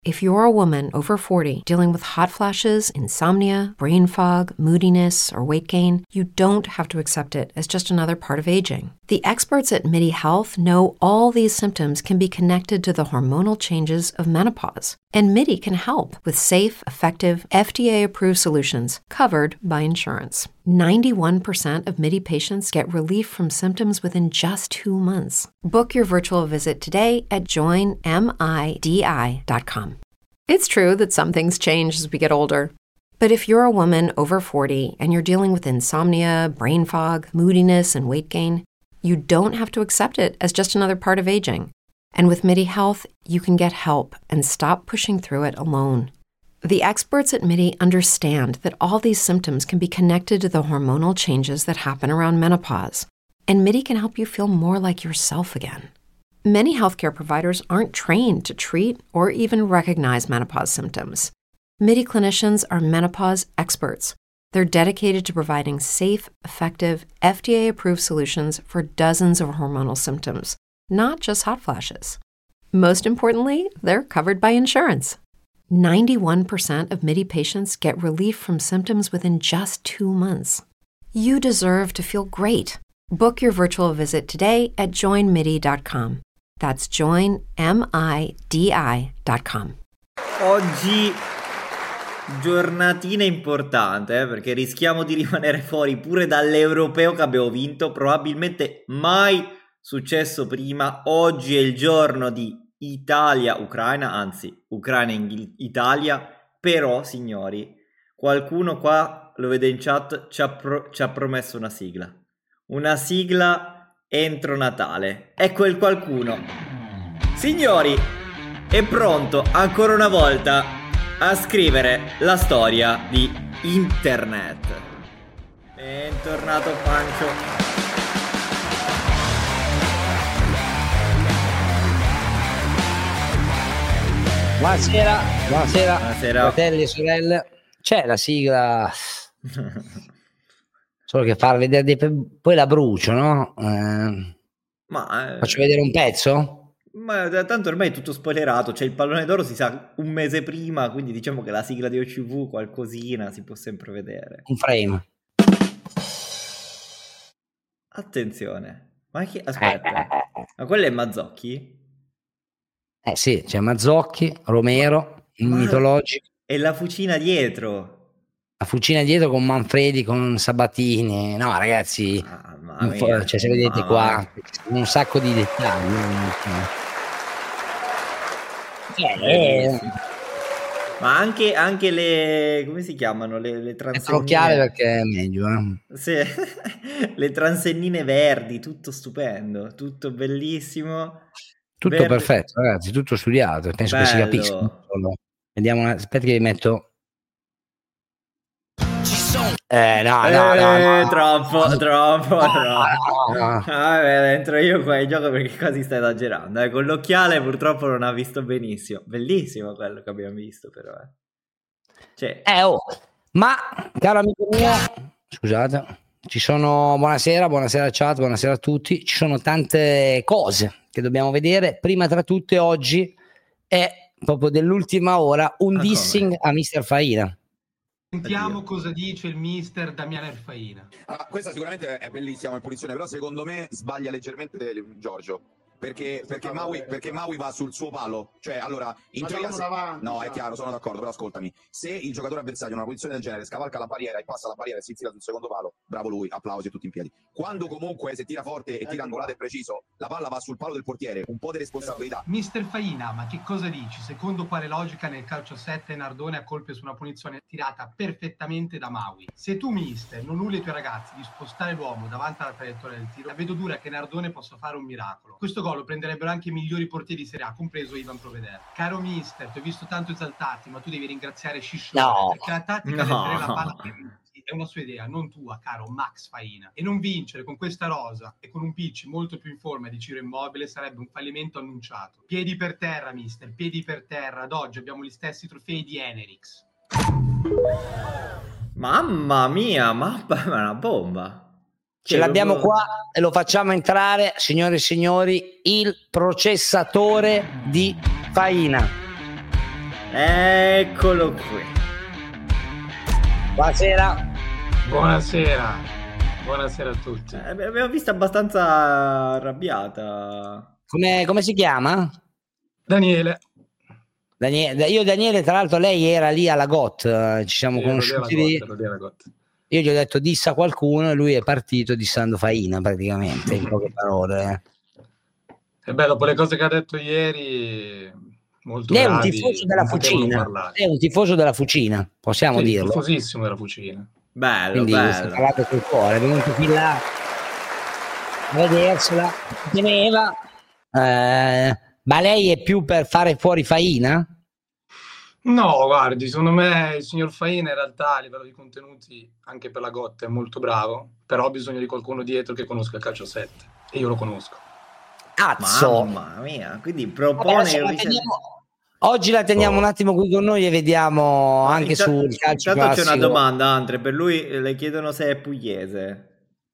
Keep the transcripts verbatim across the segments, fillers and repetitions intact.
If you're a woman over forty dealing with hot flashes, insomnia, brain fog, moodiness, or weight gain, you don't have to accept it as just another part of aging. The experts at MIDI Health know all these symptoms can be connected to the hormonal changes of menopause. And MIDI can help with safe, effective, F D A-approved solutions covered by insurance. ninety-one percent of MIDI patients get relief from symptoms within just two months. Book your virtual visit today at join midi dot com. It's true that some things change as we get older. But if you're a woman over forty and you're dealing with insomnia, brain fog, moodiness, and weight gain, you don't have to accept it as just another part of aging. And with MIDI Health, you can get help and stop pushing through it alone. The experts at MIDI understand that all these symptoms can be connected to the hormonal changes that happen around menopause, and MIDI can help you feel more like yourself again. Many healthcare providers aren't trained to treat or even recognize menopause symptoms. MIDI clinicians are menopause experts. They're dedicated to providing safe, effective, F D A-approved solutions for dozens of hormonal symptoms, not just hot flashes. Most importantly, they're covered by insurance. ninety-one percent of MIDI patients get relief from symptoms within just two months. You deserve to feel great. Book your virtual visit today at join midi dot com. That's join midi dot com. Oggi giornatina importante, eh, perché rischiamo di rimanere fuori pure dall'europeo che abbiamo vinto, probabilmente mai successo prima. Oggi è il giorno di Italia-Ucraina, anzi Ucraina-Italia, però signori, qualcuno qua, lo vedo in chat, ci ha, pro- ci ha promesso una sigla. Una sigla entro Natale. Ecco il qualcuno. Signori, è pronto ancora una volta a scrivere la storia di internet. Bentornato Pancio. Buonasera, buonasera, buonasera, fratelli e sorelle. C'è la sigla, solo che far vedere dei pe- poi la brucio, no? Eh, ma eh, faccio vedere un pezzo? Ma tanto ormai è tutto spoilerato, cioè il pallone d'oro si sa un mese prima, quindi diciamo che la sigla di O C V qualcosina si può sempre vedere. Un frame. Attenzione, ma chi... aspetta, ma quello è Mazzocchi? Eh sì, c'è Mazzocchi, Romero, il Ma mitologico. E la fucina dietro. La fucina dietro con Manfredi, con Sabatini. No, ragazzi, Ah, un po', cioè, se vedete mamma qua, un sacco di dettagli. Eh, Ma anche, anche le... come si chiamano? Le, le transennine. L'occhiale perché è meglio. Eh. Sì. Le transennine verdi, tutto stupendo, tutto bellissimo. Tutto Verde. perfetto, ragazzi, tutto studiato. Penso Bello. che si capisca. Vediamo, aspetta che vi metto. Eh, no, no, no, eh, no. troppo, no. troppo, no, troppo. no, no. Vabbè, entro io qua in gioco perché quasi stai esagerando. Eh, con l'occhiale purtroppo non ha visto benissimo. Bellissimo quello che abbiamo visto, però. Eh. Cioè... eh oh. Ma, caro amico mio, scusate, ci sono. Buonasera, buonasera chat, buonasera a tutti. Ci sono tante cose che dobbiamo vedere. Prima tra tutte, oggi è proprio dell'ultima ora un Ma dissing come? a mister Faina. Sentiamo Addio. cosa dice il mister Damiano Erfaina. Ah, questa sicuramente è bellissima in punizione, però secondo me sbaglia leggermente Giorgio. Perché, perché, Maui, perché Maui va sul suo palo, cioè allora in teoria se... avanti, no, è chiaro, sono d'accordo, però ascoltami, se il giocatore avversario in una posizione del genere scavalca la barriera e passa la barriera e si infila sul secondo palo, bravo lui, applausi tutti in piedi. Quando comunque se tira forte e tira angolato e preciso, la palla va sul palo del portiere, un po' di responsabilità. Mister Faina, ma che cosa dici? Secondo quale logica nel calcio a sette Nardone a colpi su una punizione tirata perfettamente da Maui? Se tu mister non nulli i tuoi ragazzi di spostare l'uomo davanti alla traiettoria del tiro, la vedo dura che Nardone possa fare un miracolo. Questo gol lo prenderebbero anche i migliori portieri di Serie A, compreso Ivan Provedere. Caro mister, ti ho visto tanto esaltarti, ma tu devi ringraziare Sciscione, No. perché la tattica No. del tenere la palla per tutti è una sua idea, non tua, caro Max Faina. E non vincere con questa rosa e con un Picci molto più in forma di Ciro Immobile sarebbe un fallimento annunciato. Piedi per terra, mister, piedi per terra. Ad oggi abbiamo gli stessi trofei di Enerix. Mamma mia, ma è una bomba. Ce l'abbiamo qua e lo facciamo entrare, signore e signori, il processatore di Faina. Eccolo qui. Buonasera. Buonasera. Buonasera a tutti. Eh, abbiamo visto abbastanza arrabbiata. Come, come si chiama? Daniele. Daniele. Io Daniele, tra l'altro, lei era lì alla G O T, eh, ci siamo Sì, conosciuti lì. ero lì alla G O T. Io gli ho detto dissa qualcuno e lui è partito dissando Faina praticamente, in poche parole. E beh, dopo le cose che ha detto ieri, molto Lei è un gravi, tifoso della non potevano Fucina. parlare. Lei è un tifoso della Fucina, possiamo Sì, dirlo. tifosissimo della Fucina. Bello, Quindi si è bello. parlato col cuore, è venuto fin là a vedersela, teneva. Eh, ma lei è più per fare fuori Faina? No, guardi, secondo me il signor Faina in realtà a livello di contenuti, anche per la G O T, è molto bravo, però ha bisogno di qualcuno dietro che conosca il calcio a sette, e io lo conosco. Cazzo! Mamma mia, quindi Vabbè, propone... adesso la teniamo- oggi la teniamo un attimo qui con noi e vediamo anche Inta- sul calcio Intanto c'è classico. una domanda, Andre, per lui le chiedono se è pugliese.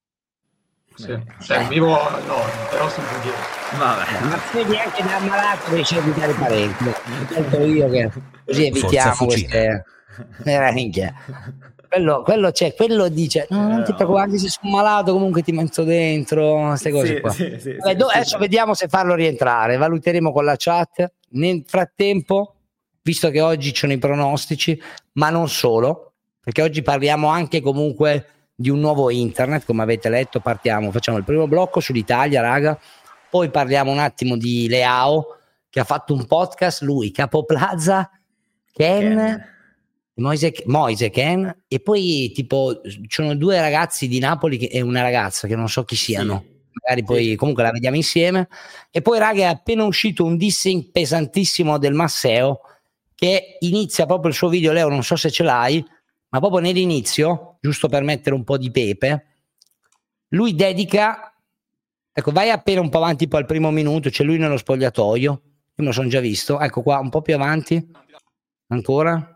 Sì. Eh. Cioè, vivo al nord, però sono pugliese. Vabbè. Ma vedi anche da ammalato riesce a evitare parenti. Tanto io che così evitiamo queste eh, minchia. quello, quello c'è, quello dice no, non ti preoccupare, anche se sono malato comunque ti metto dentro queste cose Sì, qua. sì, sì, Vabbè, sì, do- sì, adesso sì. vediamo se farlo rientrare, valuteremo con la chat. Nel frattempo, visto che oggi ci sono i pronostici, ma non solo, perché oggi parliamo anche comunque di un nuovo internet, come avete letto. Partiamo, facciamo il primo blocco sull'Italia, raga, poi parliamo un attimo di Leao, che ha fatto un podcast, lui, Capoplaza, Ken, Ken. Moise, Moise Ken, e poi tipo ci sono due ragazzi di Napoli che, e una ragazza che non so chi siano, Sì. magari poi Sì. comunque la vediamo insieme. E poi raga, è appena uscito un dissing pesantissimo del Masseo, che inizia proprio il suo video. Leo, non so se ce l'hai, ma proprio nell'inizio, giusto per mettere un po' di pepe, lui dedica, ecco, vai appena un po' avanti poi al primo minuto, c'è lui nello spogliatoio, io me lo sono già visto, ecco qua, un po' più avanti, ancora,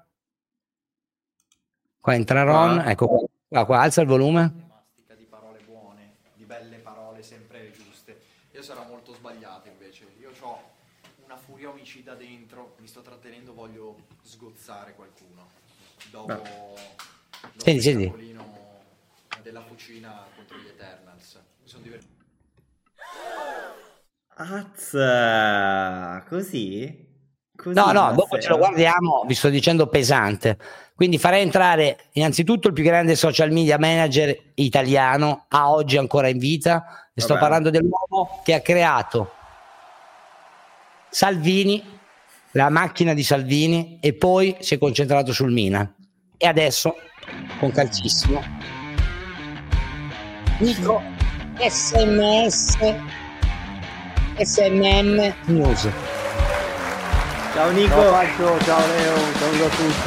qua entra Ron, Qua? ecco qua, qua, qua, alza il volume. Mastica di parole buone, di belle parole sempre giuste. Io sarò molto sbagliato invece. Io ho una furia omicida dentro, mi sto trattenendo, voglio sgozzare qualcuno. Dopo Beh. lo Senti, senti. spettacolino della Fucina contro gli Eternals. Mi sono divertito. Azza, così? Così No, no, il dopo ce lo Masseo? guardiamo, vi sto dicendo pesante. Quindi farei entrare innanzitutto il più grande social media manager italiano a oggi ancora in vita, e sto Vabbè. parlando dell'uomo che ha creato Salvini, la macchina di Salvini, e poi si è concentrato sul Milan. E adesso, con calcissimo, Nico S M S S M M News. Ciao Nico. Ciao Faccio, ciao Leo, saluto a tutti.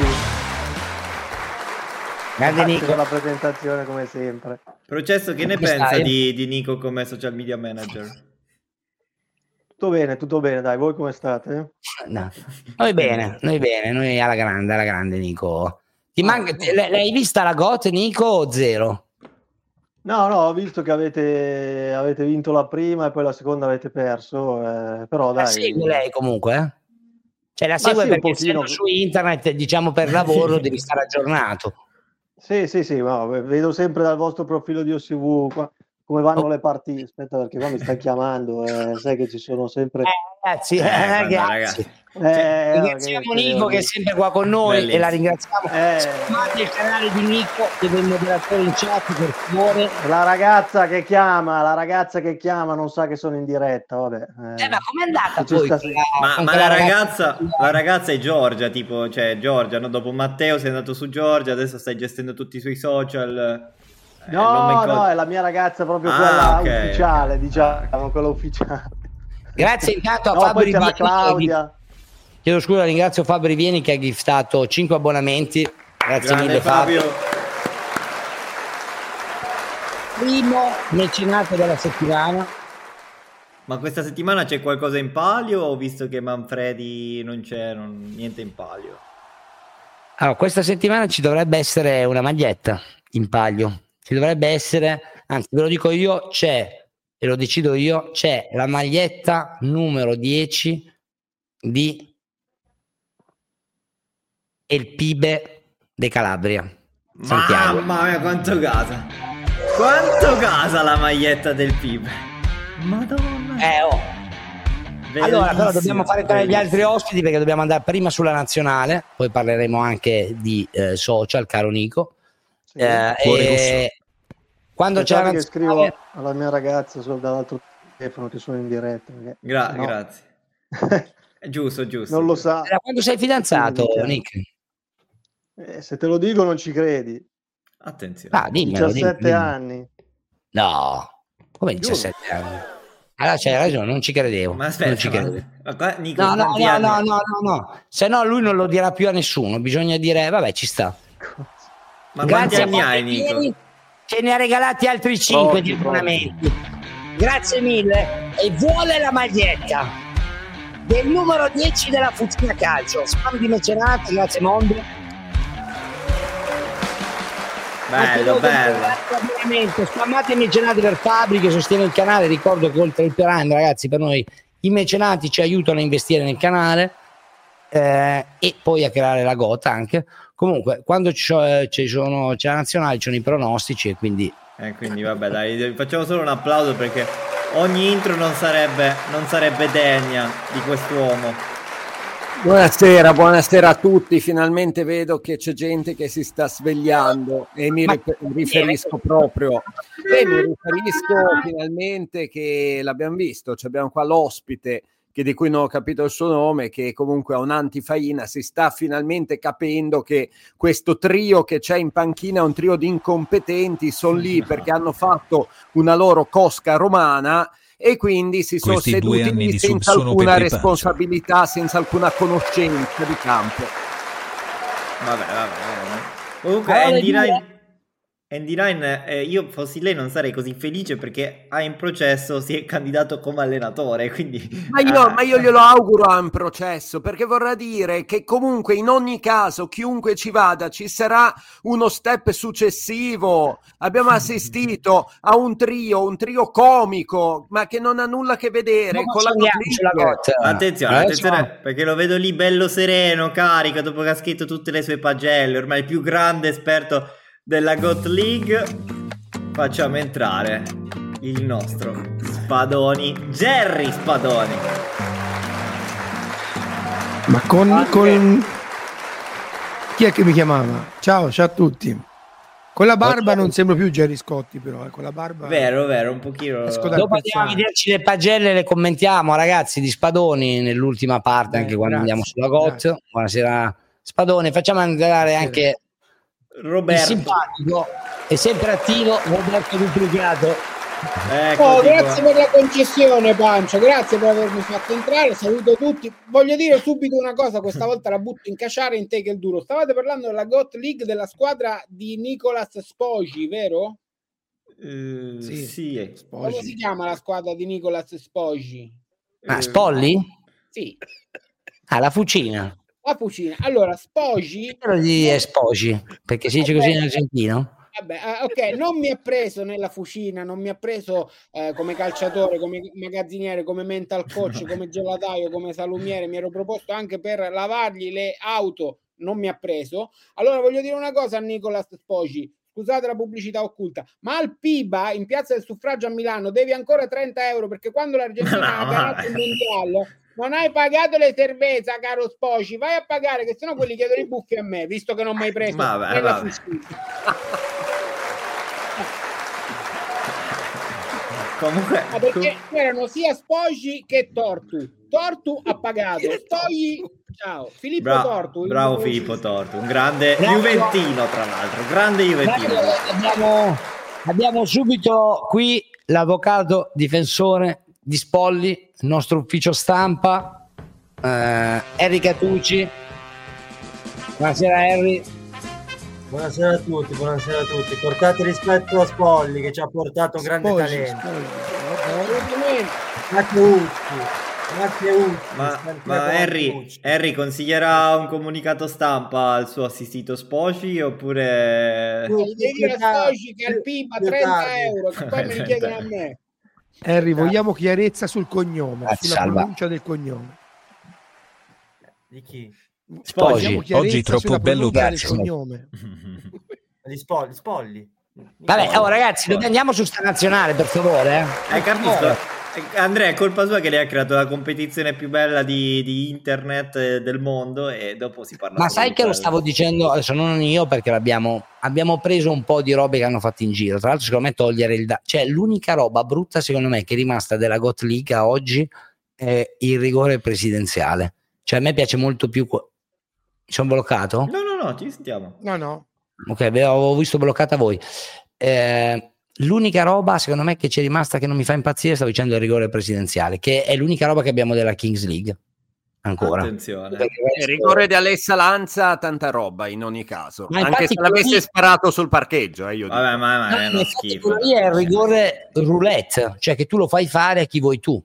Grande Grazie Nico. per la presentazione come sempre. Processo, che ne Come pensa stai? di, di Nico come social media manager? Tutto bene, tutto bene, dai, voi come state? No. Noi bene, noi bene, noi alla grande, alla grande Nico. Ti manca, te- l- l'hai vista la G O T, Nico, o zero? No, no, ho visto che avete, avete vinto la prima e poi la seconda avete perso, eh, però La dai. segue lei comunque? eh? Cioè la Ma segue sì, un perché pochino. essendo su internet, diciamo per lavoro, devi stare aggiornato. Sì, sì, sì, ma vedo sempre dal vostro profilo di O S V qua- come vanno Oh. le partite. Aspetta, perché qua mi sta chiamando, eh, sai che ci sono sempre... Eh, ragazzi, Eh, eh, guarda, ragazzi. ragazzi. Eh, Ringraziamo che- Nico che è sempre qua con noi, Bellissimo. e la ringraziamo. Eh. Seguite il canale di Nico, che è il moderatore in chat, per favore. La ragazza che chiama, la ragazza che chiama non sa che sono in diretta, vabbè. Eh, ma com'è andata Ci poi? sta- con la- Ma, con ma quella la ragazza, ragazza- la ragazza è Giorgia, tipo, cioè Giorgia, no? Dopo Matteo sei andato su Giorgia, adesso stai gestendo tutti i suoi social. Eh, non mi No, ricordo- no, è la mia ragazza proprio Ah, quella ok, ufficiale, ok. diciamo, quella ufficiale. Grazie intanto a No, Fabio poi c'è la Rivieni, che ha Claudia. Chiedo scusa, ringrazio Fabio Rivieni che ha giftato cinque abbonamenti. Grazie Grande mille Fabio. Fabio. Primo mecenato della settimana. Ma questa settimana c'è qualcosa in palio o visto che Manfredi non c'è, non- niente in palio? Allora, questa settimana ci dovrebbe essere una maglietta in palio. Ci dovrebbe essere, anzi ve lo dico io, c'è, e lo decido io, c'è la maglietta numero dieci di e il P I B de Calabria. Santiago. Mamma mia, quanto gasa! Quanto gasa la maglietta del P I B! Madonna! Eh, oh. Bellissimo, allora, però dobbiamo fare tra gli bellissimo. altri ospiti perché dobbiamo andare prima sulla nazionale, poi parleremo anche di eh, social, caro Nico. Sì. Eh, e quando c'è la Aspettate che scrivo nazionale... alla mia ragazza solo dall'altro telefono che sono in diretta. perché Gra- sennò Grazie. È giusto, giusto. non lo sa. Da quando sei fidanzato, Quindi, Nick? Eh, se te lo dico non ci credi. Attenzione. Ah, dimmelo, diciassette dimmelo. anni. No, come Giuro. diciassette anni? Allora c'hai ragione, non ci credevo. Ma aspetta, non ci ma- credevo. ma qua, Nico, No, no, quanti no, anni no, ha? no, no, no. Se no lui non lo dirà più a nessuno. Bisogna dire, vabbè, ci sta. Ma quanti Grazie anni a hai, quanti Nico? vieni, ce ne ha regalati altri cinque di Troppi, abbonamenti. Grazie mille. E vuole la maglietta del numero dieci della Fucina Calcio. Spam di mecenate, grazie mondo. Bello, bello. Veramente, spammate i mecenati per Fabri che sostiene il canale. Ricordo che oltre il Prime, ragazzi, per noi i mecenati ci aiutano a investire nel canale eh, e poi a creare la gota anche. Comunque, quando c'è, ci sono, c'è la nazionale, ci sono i pronostici e quindi... Eh, quindi vabbè, dai, facciamo solo un applauso perché ogni intro non sarebbe, non sarebbe degna di quest'uomo. Buonasera, buonasera a tutti. Finalmente vedo che c'è gente che si sta svegliando e mi Ma- rif- riferisco proprio e mi riferisco finalmente che l'abbiamo visto, cioè abbiamo qua l'ospite che di cui non ho capito il suo nome, che comunque ha un'antifaina, si sta finalmente capendo che questo trio che c'è in panchina è un trio di incompetenti, sono lì perché hanno fatto una loro cosca romana e quindi si sono Questi due seduti anni lì di sub senza sono alcuna per Pepaccio. responsabilità, senza alcuna conoscenza di campo. Vabbè, vabbè, vabbè. Comunque Parole Andy dure. Ryan, Andy Ryan eh, io fossi lei non sarei così felice perché ha in processo, si è candidato come allenatore, quindi... Ma io, ah, ma io glielo auguro a un processo, perché vorrà dire che comunque in ogni caso chiunque ci vada ci sarà uno step successivo. Abbiamo assistito a un trio, un trio comico, ma che non ha nulla a che vedere Ma con la andiamoci la League. gota. Attenzione, Adesso- attenzione, perché lo vedo lì bello sereno, carico, dopo che ha scritto tutte le sue pagelle, ormai il più grande esperto della GOAT League. Facciamo entrare il nostro Spadoni, Jerry Spadoni. Ma con, con... chi è che mi chiamava? Ciao, ciao a tutti. Con la barba non sembro più Gerry Scotti, però eh, con la barba Vero, vero, un pochino... Esco dal Dopo andiamo a personaggio. vederci le pagelle, le commentiamo, ragazzi, di Spadoni nell'ultima parte, Eh, anche quando grazie, andiamo sulla GOT. grazie. Buonasera Spadoni, facciamo andare anche il Roberto. simpatico e sempre attivo Roberto Duplicato. Ecco, Oh, dico- grazie per la concessione, Pancio, grazie per avermi fatto entrare, saluto tutti. Voglio dire subito una cosa, questa volta la butto in cacciare in te che il duro. Stavate parlando della GOAT League della squadra di Nicolas Spogi, vero? Eh, Sì. sì, eh. Come si chiama la squadra di Nicolas Spogi? Ah, Spolli? Sì, Ah, la fucina. la fucina. Allora, Spogi... Quello di Espogi, perché si dice così in argentino? Vabbè, eh, ok, non mi ha preso nella fucina, non mi ha preso eh, come calciatore, come magazziniere, come mental coach, come gelataio, come salumiere, mi ero proposto anche per lavargli le auto, non mi ha preso. Allora voglio dire una cosa a Nicolas Spogi, scusate la pubblicità occulta, ma al Piba in Piazza del Suffragio a Milano devi ancora trenta euro perché quando l'Argentina No, ha ganato vabbè. il mondiale non hai pagato le cerveza, caro Spogi, vai a pagare che sennò quelli chiedono i buffi a me, visto che non mi hai preso Vabbè, nella vabbè. fucina. Comunque... Ma perché c'erano sia Spogi che Tortu. Tortu ha pagato. Spogli, ciao. Filippo Bra- Tortu. il bravo numero Filippo uno. Tortu, un grande Bravo. Juventino tra l'altro, grande Juventino. Abbiamo, abbiamo subito qui l'avvocato difensore di Spolli, il nostro ufficio stampa, eh, Harry Catucci. Buonasera Harry. Buonasera a tutti, buonasera a tutti. Portate rispetto a Spolli che ci ha portato grande Spogi, talento. Spogi. Assolutamente. Matteucci, Matteucci. Ma, sempre ma con Harry, Matteucci. Harry consiglierà un comunicato stampa al suo assistito Spoci oppure... Eh, gli devi dire a Spogi che al Piba più trenta tardi. euro, che poi me li chiedono a me. Harry, vogliamo chiarezza sul cognome, Grazie, sulla Salva. pronuncia del cognome. Di chi? Sposi. Oggi troppo bello cazzo. Gli spolli, spolli. Vabbè, oh ragazzi, dove andiamo su sta nazionale, per favore? Eh? Hai capito? Andrea, è colpa sua che lei ha creato la competizione più bella di, di internet eh, del mondo e dopo si parla. Ma sai che lo stavo dicendo, adesso non io perché l'abbiamo abbiamo preso un po' di robe che hanno fatto in giro. Tra l'altro secondo me togliere il da- cioè l'unica roba brutta secondo me che è rimasta della Got League a oggi è il rigore presidenziale. Cioè a me piace molto più qua- mi sono bloccato? No, no, no, ci sentiamo. No, no. Ok, ve avevo visto bloccata voi. Eh, l'unica roba secondo me che c'è rimasta che non mi fa impazzire, stavo dicendo il rigore presidenziale, che è l'unica roba che abbiamo della Kings League ancora. Attenzione. Il rigore di Alessa Lanza, tanta roba in ogni caso, Ma anche infatti se l'avesse quelli- sparato sul parcheggio, eh, io dico. Vabbè, ma, ma No, è in uno effetti schifo. quello lì è il rigore roulette, cioè che tu lo fai fare a chi vuoi tu.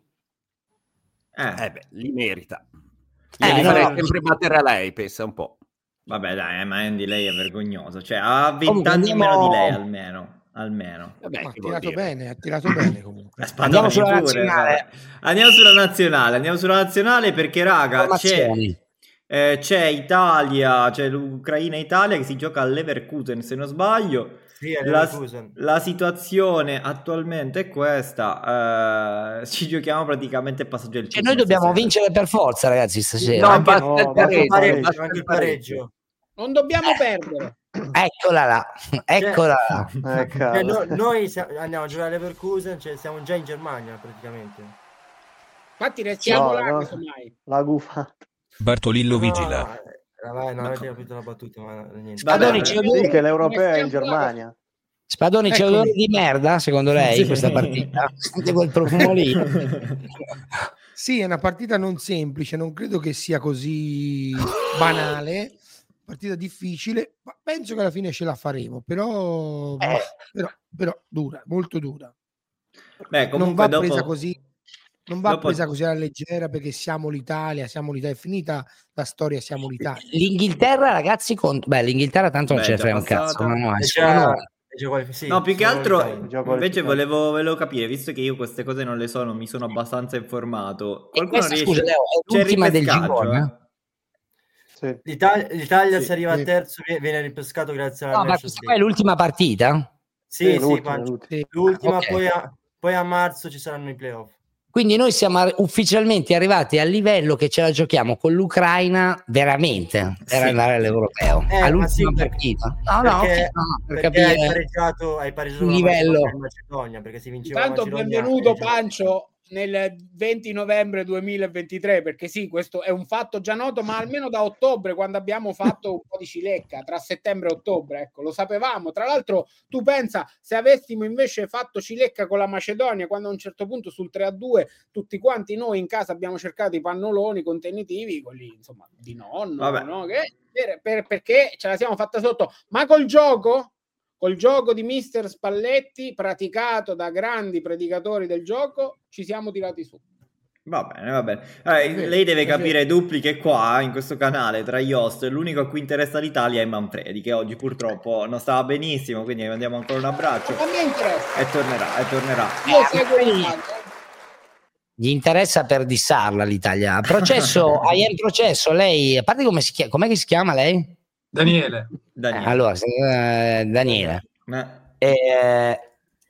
Eh, Eh beh, li merita. Eh, Io li no, farei no. sempre battere a lei, pensa un po'. vabbè, dai, ma Andy, lei è vergognoso. Cioè, ha venti Comunque, anni andiamo- meno di lei, almeno. Almeno. Vabbè, Ma ha che vuol tirato dire? bene, ha tirato bene comunque. Eh, Andiamo Spadoni sulla pure, nazionale. vabbè. Andiamo sulla nazionale. Andiamo sulla nazionale perché, raga, c'è, Informazioni. eh, c'è Italia, c'è l'Ucraina-Italia che si gioca all'Leverkusen, se non sbaglio. Sì, è La, Leverkusen. la situazione attualmente è questa. eh, ci giochiamo praticamente il passaggio del Cioè, noi dobbiamo vincere per forza, ragazzi, stasera. No, anche- basta no, il basta pareggio, pareggio, basta anche il il pareggio. Non dobbiamo perdere. Eccola là, eccola là. Eh, Cioè, cavolo. no- noi sia- andiamo a giocare a Leverkusen, cioè siamo già in Germania praticamente. Infatti restiamo No, là, no. casomai. La gufata. Bartolillo No, vigila. no, eh, vabbè, non avete capito la battuta, ma niente. Spadoni, Vabbè, c'è Sì, odore, che l'europeo è in Restiamo là. Germania. Spadoni, c'è Eccomi. odore di merda, secondo lei, Sì. questa partita? Sente quel profumo lì? Sì, è una partita non semplice, non credo che sia così banale, partita difficile, ma penso che alla fine ce la faremo, però, Eh. ma- però, però dura, molto dura. Beh, Non comunque va dopo... presa così, non va dopo- presa così alla leggera perché siamo l'Italia, siamo l'Italia, è finita la storia, siamo l'Italia. L'Inghilterra, ragazzi, contro... beh, l'Inghilterra tanto non Beh, ce ne già frega un passata. cazzo, ma no, è È solo già- noi. è già quali- sì, No, più che sono altro l'Italia. Già invece qualificato. volevo, volevo capire, visto che io queste cose non le so, non mi sono abbastanza informato. E Qualcuno questa, riesce... scusa, Leo, è C'è il l'ultima del ripescaggio, girone. eh? Sì. L'Italia, l'Italia Sì. se arriva Sì. a terzo vie- viene ripescato grazie alla No, ma Nations questa qua è League. l'ultima partita? Sì, Sì, sì, l'ultima, Pancio. l'ultima. Sì. L'ultima, Ok. poi, a, poi a marzo ci saranno i playoff. Quindi noi siamo ar- ufficialmente arrivati al livello che ce la giochiamo con l'Ucraina veramente per Sì. andare all'europeo, Eh, ma all'ultima sì, perché- partita. No, no, perché, ok, no, no, per perché hai capire. pareggiato, hai pareggiato un con la livello. Macedonia in Macedonia, perché si vinceva la Intanto Macedonia. benvenuto e già- Pancio nel venti novembre duemilaventitré, perché sì, questo è un fatto già noto, ma almeno da ottobre, quando abbiamo fatto un po' di cilecca, tra settembre e ottobre, ecco, lo sapevamo. Tra l'altro tu pensa, se avessimo invece fatto cilecca con la Macedonia, quando a un certo punto sul tre a due tutti quanti noi in casa abbiamo cercato i pannoloni contenitivi, quelli insomma di nonno, Vabbè. no? Che, per- per- perché ce la siamo fatta sotto, ma col gioco col gioco di mister Spalletti praticato da grandi predicatori del gioco ci siamo tirati su. Va bene, va bene. Eh, vero, lei deve è capire, Dupli, che qua in questo canale tra gli host l'unico a cui interessa l'Italia è Manfredi, che oggi purtroppo non stava benissimo, quindi gli mandiamo ancora un abbraccio A me interessa. e tornerà, e tornerà. Io seguo il calcio. Gli interessa per dissarla l'Italia. Processo, hai in processo, lei, a parte come si chiama, com'è che si chiama lei? Daniele. Daniele. Eh, allora, eh, Daniele. Ma- Eh,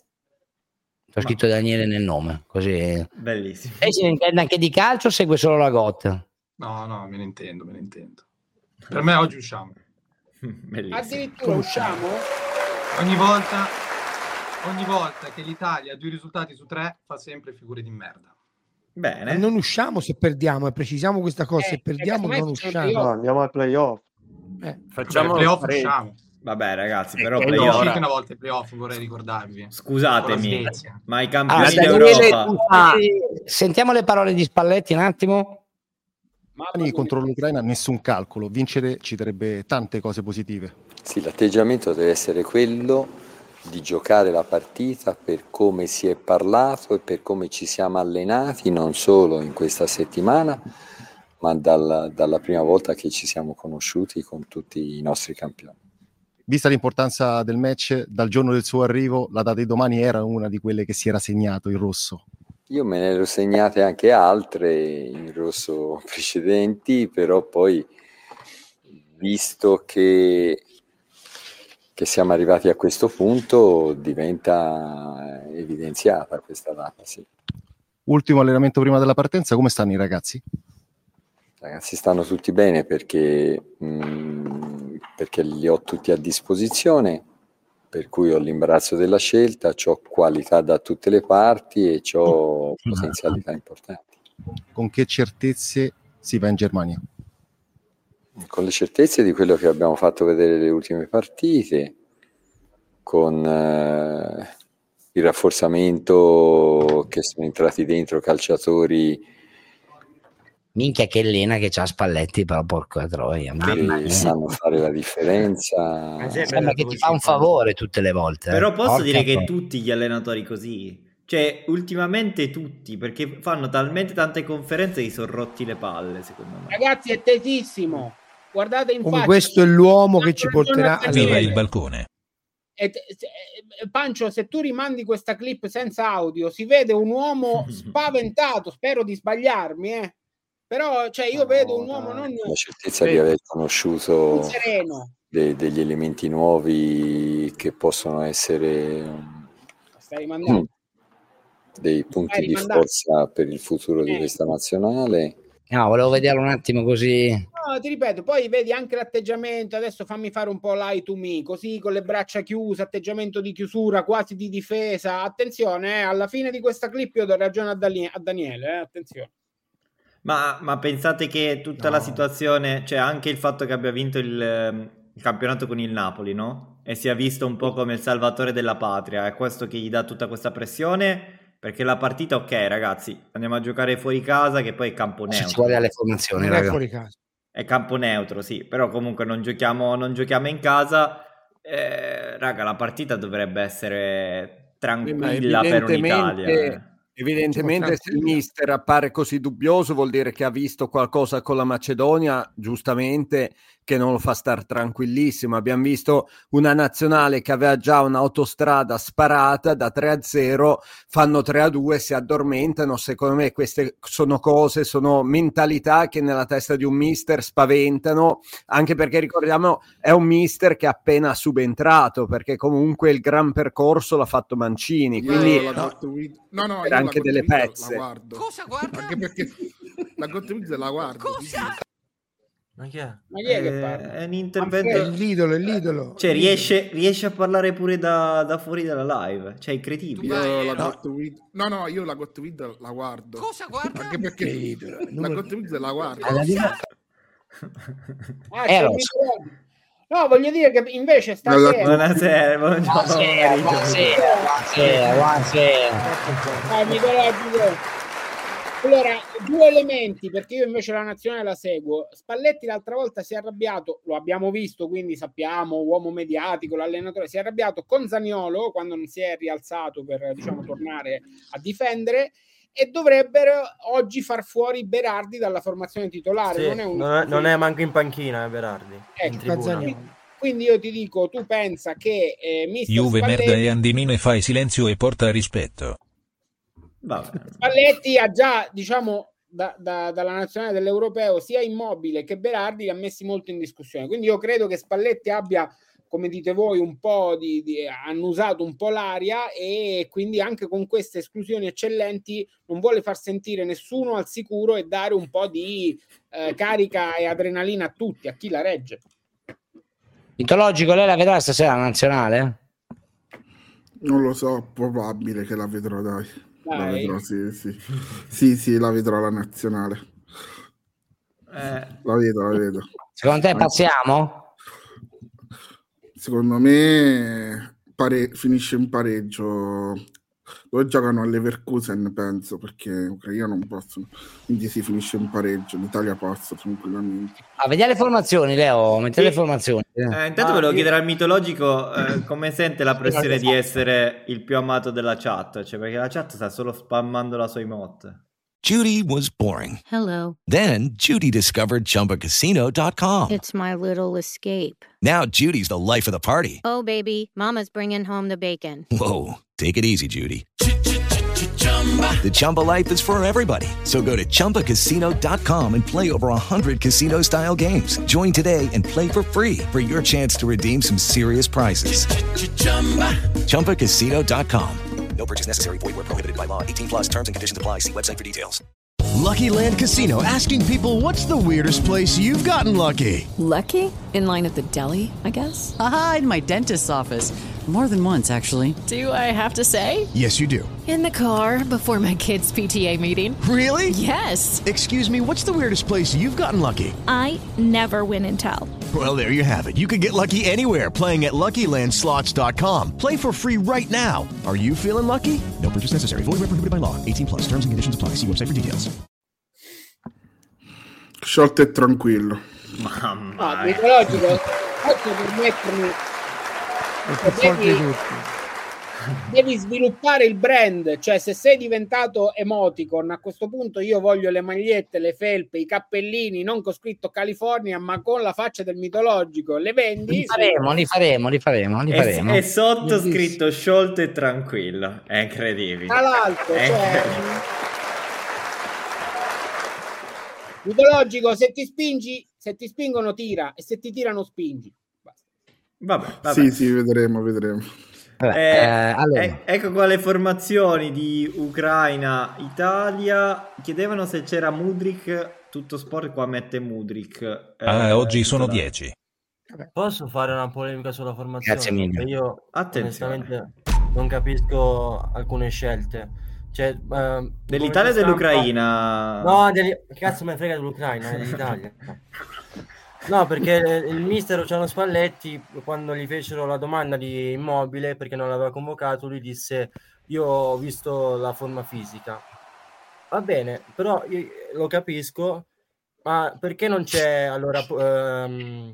ho scritto Daniele nel nome, così. Bellissimo. Lei si intende anche di calcio o segue solo la G O T? No, no, me ne intendo, me ne intendo. Per me oggi usciamo. Bellissimo. Addirittura usciamo? Ogni volta, ogni volta che l'Italia ha due risultati su tre fa sempre figure di merda. Bene. Non usciamo se perdiamo, e precisiamo questa cosa, Eh, se perdiamo casomai non facciamo usciamo. No, andiamo ai playoff. Eh, Facciamo Beh, playoff pareggio. usciamo. Vabbè, ragazzi, Eh, però che playoff. allora- Uscite una volta ai playoff, vorrei ricordarvi. Con la Scusatemi, Svezia. ma i campioni Allora, Daniele, d'Europa. tu fa- Sentiamo le parole di Spalletti un attimo. Domani contro l'Ucraina nessun calcolo, vincere ci darebbe tante cose positive. Sì, l'atteggiamento deve essere quello di giocare la partita per come si è parlato e per come ci siamo allenati, non solo in questa settimana, ma dalla, dalla prima volta che ci siamo conosciuti con tutti i nostri campioni. Vista l'importanza del match, dal giorno del suo arrivo, la data di domani era una di quelle che si era segnato il rosso. Io me ne ero segnate anche altre in rosso precedenti, però poi visto che, che siamo arrivati a questo punto, diventa evidenziata questa data, sì. Ultimo allenamento prima della partenza, come stanno i ragazzi? I ragazzi stanno tutti bene perché, mh, perché li ho tutti a disposizione, per cui ho l'imbarazzo della scelta, ho qualità da tutte le parti e ho potenzialità importanti. Con che certezze si va in Germania? Con le certezze di quello che abbiamo fatto vedere le ultime partite, con eh, il rafforzamento che sono entrati dentro calciatori. Minchia che Lena che c'ha Spalletti, però porca troia, che sanno fare la differenza. Sembra che ti fa un favore tutte le volte. Però posso porca dire che troia. tutti gli allenatori così, cioè ultimamente tutti, perché fanno talmente tante conferenze che sono rotti le palle, secondo me. Ragazzi, è tesissimo. Guardate in Come faccia. questo è l'uomo che ci porterà a Viva il balcone. E te- se- Pancio, se tu rimandi questa clip senza audio, si vede un uomo spaventato, spero di sbagliarmi, eh. Però cioè, io vedo un uomo non La certezza di aver conosciuto sereno. de- degli elementi nuovi che possono essere Stai rimandando. dei punti Stai di rimandando. forza per il futuro di Eh. questa nazionale. No, volevo vederlo un attimo così. No, ti ripeto, poi vedi anche l'atteggiamento, adesso fammi fare un po' lie to me, così con le braccia chiuse, atteggiamento di chiusura, quasi di difesa. Attenzione, eh, alla fine di questa clip io do ragione a, Dali- a Daniele, eh, attenzione. Ma, ma pensate che tutta la situazione, cioè anche il fatto che abbia vinto il, ehm, il campionato con il Napoli, no? E sia visto un po' come il salvatore della patria, è questo che gli dà tutta questa pressione, perché la partita, ok ragazzi, andiamo a giocare fuori casa che poi è campo Ci neutro. vuole alle formazioni, Non è raga. fuori casa. È campo neutro, sì, però comunque non giochiamo, non giochiamo in casa. Eh, raga, la partita dovrebbe essere tranquilla per un'Italia. eh. Evidentemente se il mister appare così dubbioso vuol dire che ha visto qualcosa con la Macedonia, giustamente, che non lo fa star tranquillissimo. Abbiamo visto una nazionale che aveva già un'autostrada sparata da tre a zero, fanno tre a due, si addormentano. Secondo me queste sono cose, sono mentalità che nella testa di un mister spaventano, anche perché ricordiamo è un mister che è appena subentrato, perché comunque il gran percorso l'ha fatto Mancini, quindi Io la Got With- no, no, era io anche la delle Got With pezze. La guardo. Cosa guarda? Anche perché la Got With la guardo. Cosa? Ma chi è? Ma chi è che Eh, parla? è un intervento. È l'idolo, è l'idolo. Cioè, riesce, riesce a parlare pure da, da fuori dalla live. Cioè, incredibile. Io la No. Got With no, no, io la Got With la guardo. Cosa guarda? Anche perché Che idolo. la Got With la guardo. Ah, Eh, c'è lo il so. microfono. No, voglio dire che invece stasera Buonasera, buongiorno. Buonasera, buonasera, buonasera, buonasera. Ah, mitologico. Allora, due elementi, perché io invece la nazionale la seguo. Spalletti l'altra volta si è arrabbiato, lo abbiamo visto, quindi sappiamo, uomo mediatico, l'allenatore, si è arrabbiato con Zaniolo quando non si è rialzato per, diciamo, tornare a difendere, e dovrebbero oggi far fuori Berardi dalla formazione titolare. Sì, non, è un... non, è, non è manco in panchina, eh, Berardi. Ecco, in tribuna. quindi io ti dico, tu pensa che eh, mister Juve Spalletti... merda e Andimino e fai silenzio e porta rispetto. Spalletti ha già, diciamo, da, da, dalla nazionale dell'Europeo sia Immobile che Berardi li ha messi molto in discussione, quindi io credo che Spalletti abbia, come dite voi, un po' di, di annusato un po' l'aria, e quindi anche con queste esclusioni eccellenti non vuole far sentire nessuno al sicuro e dare un po' di eh, carica e adrenalina a tutti, a chi la regge. Mitologico, lei la vedrà stasera la nazionale? Non lo so, probabile che la vedrò, dai. La Dai. vedrò, sì, sì. Sì, sì, la vedrò alla nazionale. Eh, La vedo, la vedo. Secondo te passiamo? Secondo me pare- finisce in pareggio. Dove giocano a Leverkusen, penso, perché Ucraina non possono. Quindi si finisce in pareggio. L'Italia possa tranquillamente. Ah, vediamo le formazioni, Leo, metti le formazioni. Eh, intanto Ah, volevo io- chiedere al mitologico eh, come sente la pressione Sì, di essere il più amato della chat, cioè perché la chat sta solo spammando la sua emote. Judy was boring. Hello. Then Judy discovered Chumba Casino dot com. It's my little escape. Now Judy's the life of the party. Oh, baby, mama's bringing home the bacon. Whoa, take it easy, Judy. The Chumba life is for everybody. So go to chumba casino dot com and play over one hundred casino-style games. Join today and play for free for your chance to redeem some serious prizes. chumba casino dot com. No purchase necessary. Void where prohibited by law. eighteen plus terms and conditions apply. See website for details. Lucky Land Casino, asking people, what's the weirdest place you've gotten lucky? Lucky? In line at the deli, I guess? Aha, in my dentist's office. More than once, actually. Do I have to say? Yes, you do. In the car before my kids' P T A meeting. Really? Yes. Excuse me, what's the weirdest place you've gotten lucky? I never win and tell. Well, there you have it. You can get lucky anywhere, playing at lucky land slots dot com. Play for free right now. Are you feeling lucky? No purchase necessary. Void where prohibited by law. eighteen plus. Terms and conditions apply. See website for details. Sciolto e tranquillo. Mamma No, mitologico, posso permettermi, devi, devi sviluppare il brand, cioè se sei diventato emoticon, a questo punto io voglio le magliette, le felpe, i cappellini, non con scritto California, ma con la faccia del mitologico, le vendi? Li faremo, li faremo, li faremo, li faremo. E, e sotto scritto sciolto e tranquillo. È incredibile. Tra l'altro, È cioè, incredibile. mitologico, se ti spingi, se ti spingono tira, e se ti tirano spingi. Vabbè, vabbè. Sì, sì, vedremo, vedremo. Eh, eh, allora. eh, ecco qua le formazioni di Ucraina-Italia. Chiedevano se c'era Mudryk. Tutto sport qua mette Mudryk. Eh, Ah, oggi sono titolare. dieci. Posso fare una polemica sulla formazione? Grazie mille. Perché io Attenzione. onestamente non capisco alcune scelte. Cioè, eh, Dell'Italia e come stampa- dell'Ucraina? No, degli... che cazzo me ne frega dell'Ucraina, è dell'Italia. No, perché il mister Luciano Spalletti, quando gli fecero la domanda di Immobile perché non l'aveva convocato, lui disse: io ho visto la forma fisica. Va bene, però io lo capisco, ma perché non c'è allora ehm,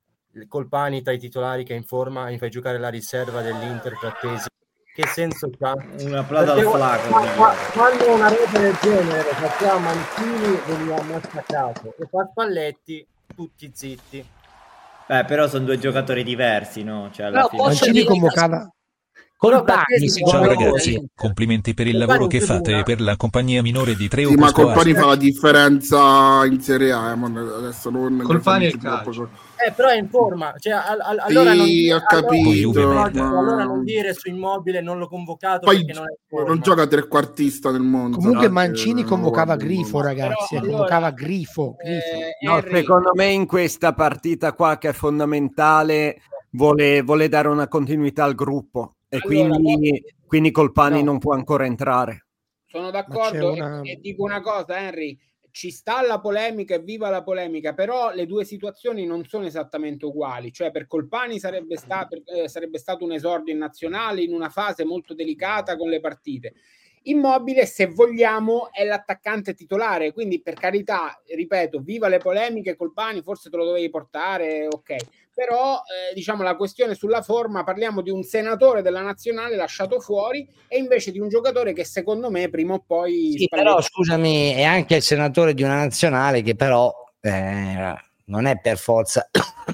Colpani tra i titolari che è in forma e mi fai giocare la riserva dell'Inter Frattesi? Che senso c'ha? Un applauso al Perché flaco. qua- qua- quando una rete del genere facciamo Mancini veniamo attaccato e fa Spalletti tutti zitti. Beh, però sono due giocatori diversi, no? Cioè, alla No, fine... posso Mancini dire- convocava Colpani, Ciao secondo ragazzi, voi? complimenti per il lavoro che fate e per la compagnia minore di Treo Sì, ma Pasquale. Colpani fa la differenza in Serie A, eh, ma adesso non Colpani è il troppo- calcio. Eh, però è in forma, cioè, al- al- allora, Sì, non, ho allora- capito, allora, ma- allora non dire su Immobile non l'ho convocato Poi perché non è in forma. non gioca trequartista nel mondo. Comunque no? Mancini Che- convocava non lo Grifo, guardo. ragazzi, Però, convocava allora, Grifo, Grifo. Eh, No, Henry, secondo me in questa partita qua che è fondamentale vuole, vuole dare una continuità al gruppo e Allora, quindi, quindi Colpani no. non può ancora entrare. sono Ma d'accordo c'è una- e, e dico una cosa, Henry, ci sta la polemica e viva la polemica, però le due situazioni non sono esattamente uguali, cioè per Colpani sarebbe, sta, per- eh, sarebbe stato un esordio in nazionale in una fase molto delicata con le partite. Immobile, se vogliamo, è l'attaccante titolare, quindi per carità, ripeto, viva le polemiche, Colpani forse te lo dovevi portare, ok, però eh, diciamo la questione sulla forma, parliamo di un senatore della nazionale lasciato fuori e invece di un giocatore che secondo me prima o poi... Sì, Spalletti- però scusami, è anche il senatore di una nazionale che però eh, non è per forza,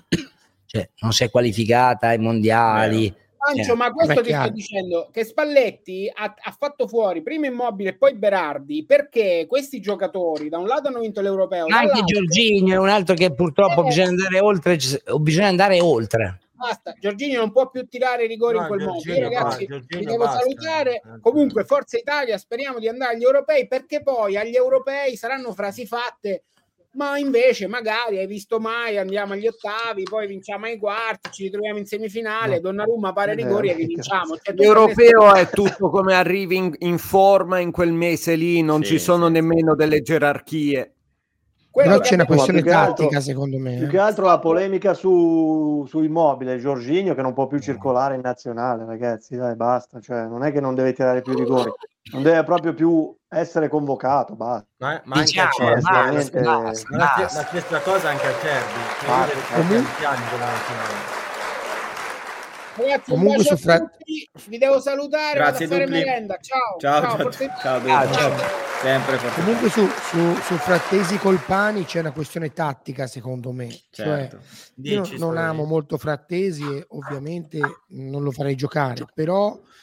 cioè non si è qualificata ai mondiali. Pancio, Eh, ma questo beh, ti sto chiaro. dicendo che Spalletti ha, ha fatto fuori prima Immobile e poi Berardi perché questi giocatori da un lato hanno vinto l'Europeo, Anche dall'altro- Giorginio è un altro che purtroppo Eh. bisogna andare oltre, bisogna andare oltre. Basta, Giorginio non può più tirare i rigori No, in quel modo. Giorginio Io, ragazzi, basta, Giorginio vi devo basta. salutare. Eh, Comunque, Forza Italia, speriamo di andare agli europei perché poi agli europei saranno frasi fatte. Ma invece, magari hai visto mai, andiamo agli ottavi, poi vinciamo ai quarti, ci ritroviamo in semifinale. Donnarumma pare rigori e vinciamo. Cioè, tu L'europeo è tutto come arrivi in, in forma in quel mese lì, non Sì, ci sono sì, nemmeno delle gerarchie. quello Però che c'è una abbiamo- No, ma questione più che altro- tattica, secondo me. Più eh. che altro la polemica su, su Immobile, Jorginho che non può più circolare in nazionale, ragazzi, dai, basta, cioè, non è che non deve tirare più rigori, non deve proprio più essere convocato, basta. Ma, ma anche Diciamo, a Cerbi. basta, veramente- basta, Ma la, basta. la stessa cosa anche a Cerbi. Cioè, Ah, lui deve fare comunque- anziani con la nazionale. Ragazzi, un Comunque bacio su Fra- a tutti, vi devo salutare, Grazie, vado a fare Dupli. merenda. Ciao, Ciao, ciao, ciao, Forza Italia. ciao, Ah, Dupli. certo. Sempre forza. Comunque su, su, su Frattesi Colpani c'è una questione tattica, secondo me. Certo. Cioè, io Dici, non scusa, amo dici. molto Frattesi e ovviamente non lo farei giocare, però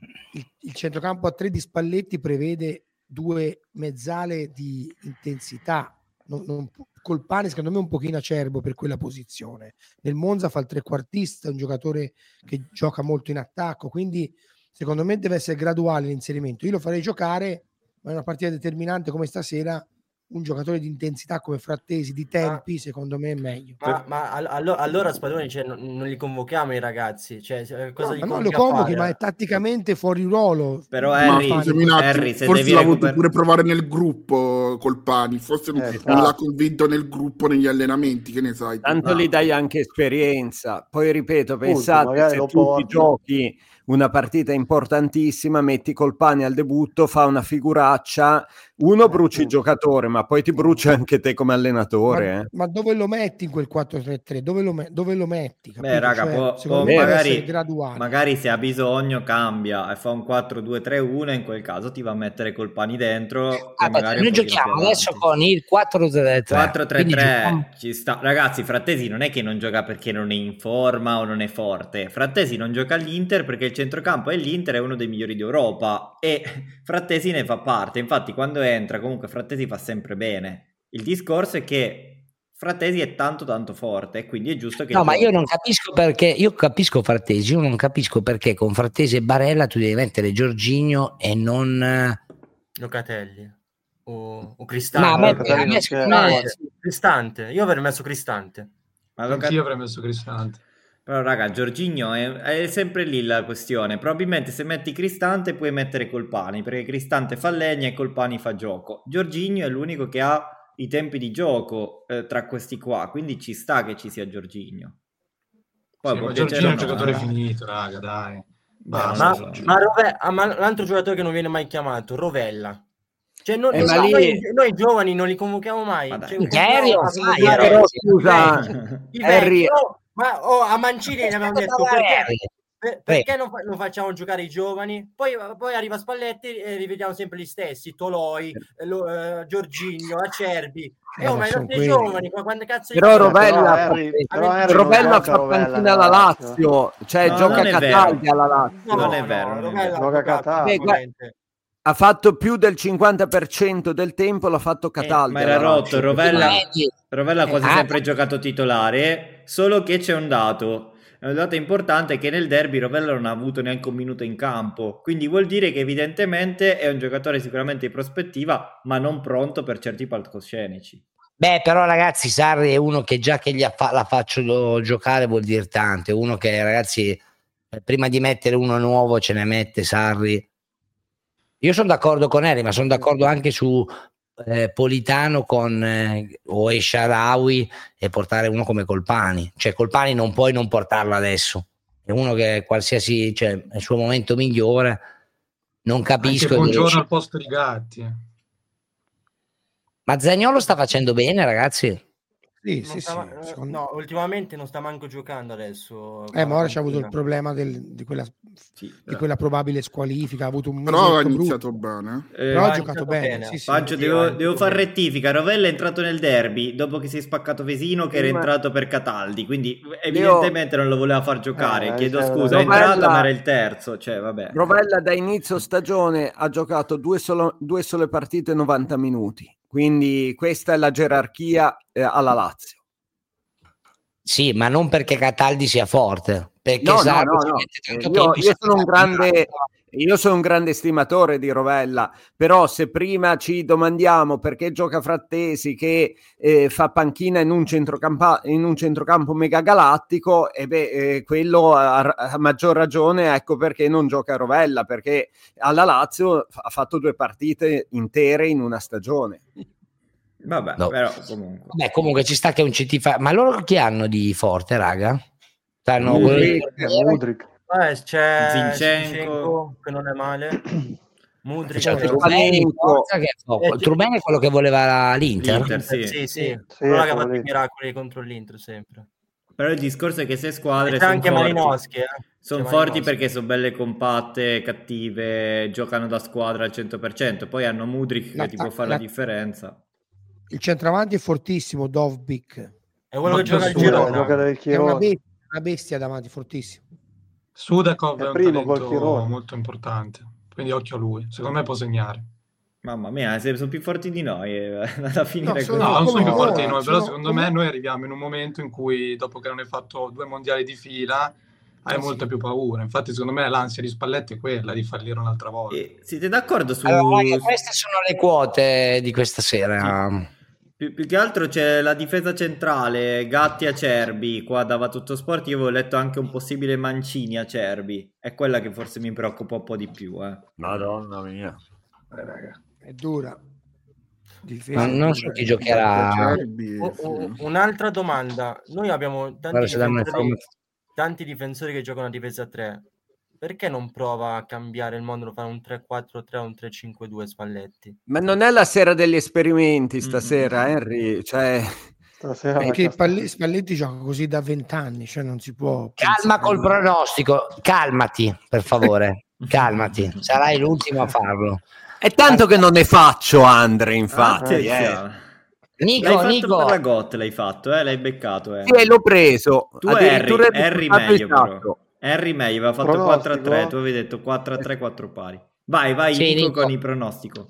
il, il centrocampo a tre di Spalletti prevede due mezzale di intensità. Non, non, Colpani secondo me è un pochino acerbo per quella posizione. Nel Monza fa il trequartista, un giocatore che gioca molto in attacco, quindi secondo me deve essere graduale l'inserimento. Io lo farei giocare, ma in una partita determinante come stasera un giocatore di intensità come Frattesi, di tempi, secondo me è meglio. Ma, ma allo- allora Spadoni, cioè, non, non li convochiamo i ragazzi, cioè, cosa No, li ma non lo convochi a convochi, fare? ma è tatticamente fuori ruolo. Però Ma Harry, scusami un attimo, Harry, se forse devi l'ha voluto recuper- pure provare nel gruppo Colpani, forse non- Eh, non l'ha esatto. convinto nel gruppo, negli allenamenti, che ne sai tu? Tanto No. gli dai anche esperienza. Poi ripeto, Appunto, pensate, magari se lo tu ti porti. giochi una partita importantissima, metti Colpani al debutto, fa una figuraccia, uno bruci il giocatore, ma poi ti bruci anche te come allenatore. Ma, eh. ma dove lo metti in quel quattro tre tre? Dove lo, me- dove lo metti? Capito? Beh, raga, Cioè, può- secondo può- me deve magari, essere graduale. magari se ha bisogno cambia e fa un quattro due tre uno, in quel caso ti va a mettere Colpani dentro. Che Ah, magari è noi un pochino giochiamo più adesso avanti. con il quattro tre tre. quattro tre Quindi giochiamo- tre ci sta. Ragazzi, Frattesi non è che non gioca perché non è in forma o non è forte. Frattesi non gioca all'Inter perché il centrocampo e l'Inter è uno dei migliori d'Europa e Frattesi ne fa parte. Infatti quando entra comunque Frattesi fa sempre bene. Il discorso è che Frattesi è tanto tanto forte e quindi è giusto che No, ma giochi. io non capisco perché, io capisco Frattesi, io non capisco perché con Frattesi e Barella tu devi mettere Giorginio e non... Locatelli o, o Ma a Cristante. me- Locatelli a me non secondo c'è. me- Cristante, io avrei messo Cristante. Ma Loca- Anch'io avrei messo Cristante. Però raga, Giorginio è, è sempre lì la questione. Probabilmente se metti Cristante puoi mettere Colpani, perché Cristante fa legna e Colpani fa gioco. Giorginio è l'unico che ha i tempi di gioco eh, tra questi qua, quindi ci sta che ci sia Giorginio. Poi Sì, può ma piacere Giorgino è o un no, giocatore eh. finito, raga, dai. Beh, Basta. non Ma, lo so. ma, Rove- ah, ma l'altro giocatore che non viene mai chiamato, Rovella. Cioè, non- Eh, non- ma lì- noi, noi giovani non li convochiamo mai. Ma dai. Cioè, Minchia, Harry, continuiamo a sai, convocare Però ragazzi. scusa, i vecchi. Harry, Oh, ma oh, a Mancini ne abbiamo detto perché, Harry. per- perché non, fa- non facciamo giocare i giovani? Poi, poi arriva Spalletti e rivediamo sempre gli stessi: Toloi, eh, lo- eh, Giorginio, Acerbi. Eh, Eh, oh, ma ma i sono nostri quelli. giovani, qua quando cazzo Però gli- Rovella, Però Harry- però Harry non Rovella gioca fa Rovella panchina nella alla Lazio. Lazio, cioè No, gioca non è Cataldi vero. alla Lazio. No, Non è no, vero, non è Rovella vero. ha Gioca giocato Cataldi. sicuramente. Ha fatto più del cinquanta per cento del tempo, l'ha fatto Eh, Cataldi. ma era alla rotto, Lazio. Rovella, Vedi? Rovella ha quasi Ah, sempre giocato titolare, solo che c'è un dato, è un dato importante che nel derby Rovella non ha avuto neanche un minuto in campo, quindi vuol dire che evidentemente è un giocatore sicuramente in prospettiva, ma non pronto per certi palcoscenici. Beh, però ragazzi, Sarri è uno che già che gli affa- la faccio giocare vuol dire tanto, è uno che ragazzi eh, prima di mettere uno nuovo ce ne mette Sarri. Io sono d'accordo con Harry, ma sono d'accordo anche su eh, Politano con eh, o El Shaarawy e portare uno come Colpani. Cioè Colpani non puoi non portarlo adesso, è uno che qualsiasi, cioè è il suo momento migliore, non Anche capisco. Buongiorno al posto di Gatti. Ma Zaniolo sta facendo bene, ragazzi? Sì, Non sì, sta sì. ma- secondo- no, ultimamente non sta manco giocando adesso. Eh, ma ora c'è avuto il Panchina. problema del- di, quella, Sì, di quella probabile squalifica, ha avuto un Però ha mesetto iniziato brutto. bene. Eh, Però ha ha giocato iniziato bene, bene. sì, sì. Paggio, Sì, devo, ha devo iniziato far bene. rettifica. Rovella è entrato nel derby dopo che si è spaccato Vesino, che era Sì, ma- entrato per Cataldi. Quindi, evidentemente, non lo voleva far giocare. Eh, Chiedo eh, scusa, è Rovella- entrato, ma era il terzo. Cioè, vabbè. Rovella da inizio stagione ha giocato due, solo- due sole partite novanta minuti, quindi questa è la gerarchia eh, alla Lazio. Sì, ma non perché Cataldi sia forte, perché No, no, Sarri no, ci no. mette tanto Io, tempo, io si sono un fa grande, io sono un grande stimatore di Rovella, però se prima ci domandiamo perché gioca Frattesi che eh, fa panchina in un, centrocampa- in un centrocampo mega galattico, e beh, eh, quello a, a maggior ragione, ecco perché non gioca Rovella, perché alla Lazio ha fatto due partite intere in una stagione. Vabbè, No. però comunque. Beh, comunque ci sta che un C T fa. Ma loro chi hanno di forte, raga? Stanno Mudryk, Mudryk. Eh, c'è Zinchenko. Zinchenko, che non è male. Mudryk, Cioè, che- Trubeni, Zinchenko. forza che è poco. Eh, Trubeni è quello che voleva l'Inter. L'Inter, sì. sì, sì, Sì, quello là che ha quello fatto lì. i miracoli contro l'Inter sempre. Però il discorso è che se squadre E c'è sono anche forti, Malinowski, eh. sono C'è forti Malinowski. perché sono belle compatte, cattive, giocano da squadra al cento per cento. Poi hanno Mudryk La- che ti può fare la- la differenza. Il centravanti è fortissimo, Dovbik. È quello che Ma gioca al Giusto, Gioca Girona. del È una Chirone. bestia, una bestia davanti, fortissimo. Sudakov è, È un primo col talento tirone. molto importante, quindi occhio a lui. Secondo me può segnare. Mamma mia, se sono più forti di noi, è andata a finire No, così. no, non sono più forti di noi, noi, però sono secondo come- me noi arriviamo in un momento in cui, dopo che non hai fatto due mondiali di fila, hai Eh, molta sì. più paura. Infatti, secondo me l'ansia di Spalletti è quella di fallire un'altra volta. E siete d'accordo su... Allora, raga, queste sono le quote di questa sera. Più, più che altro c'è la difesa centrale, Gatti Acerbi, qua dava tutto sport, io avevo letto anche un possibile Mancini Acerbi, è quella che forse mi preoccupa un po' di più. Eh. Madonna mia. Eh, raga. È dura. Difesa Ma non so chi giocherà. Acerbi, U- sì. u- un'altra domanda. Noi abbiamo tanti Guarda, se dammi difensori, un'informazione. tanti difensori che giocano a difesa tre. Perché non prova a cambiare il mondo, fare un tre quattro tre o un tre cinque due Spalletti? Ma non è la sera degli esperimenti stasera, Henry, cioè... Stasera Perché faccia- Palle- Spalletti gioca così da vent'anni, cioè non si può Calma pensare- col pronostico, calmati per favore, calmati, sarai l'ultimo a farlo. È tanto che non ne faccio, Andre, infatti. Eh. Attenzione. Nico, L'hai fatto Nico. per la G O T, l'hai fatto, eh? L'hai beccato. Eh. Sì, e l'ho preso. Tu Harry, Addirittura il Harry risultato meglio esatto. però. Harry meglio, aveva fatto Pronostico? quattro a tre, tu avevi detto quattro a tre, quattro pari. Vai, vai, Sì, Nico, Nico. con il pronostico.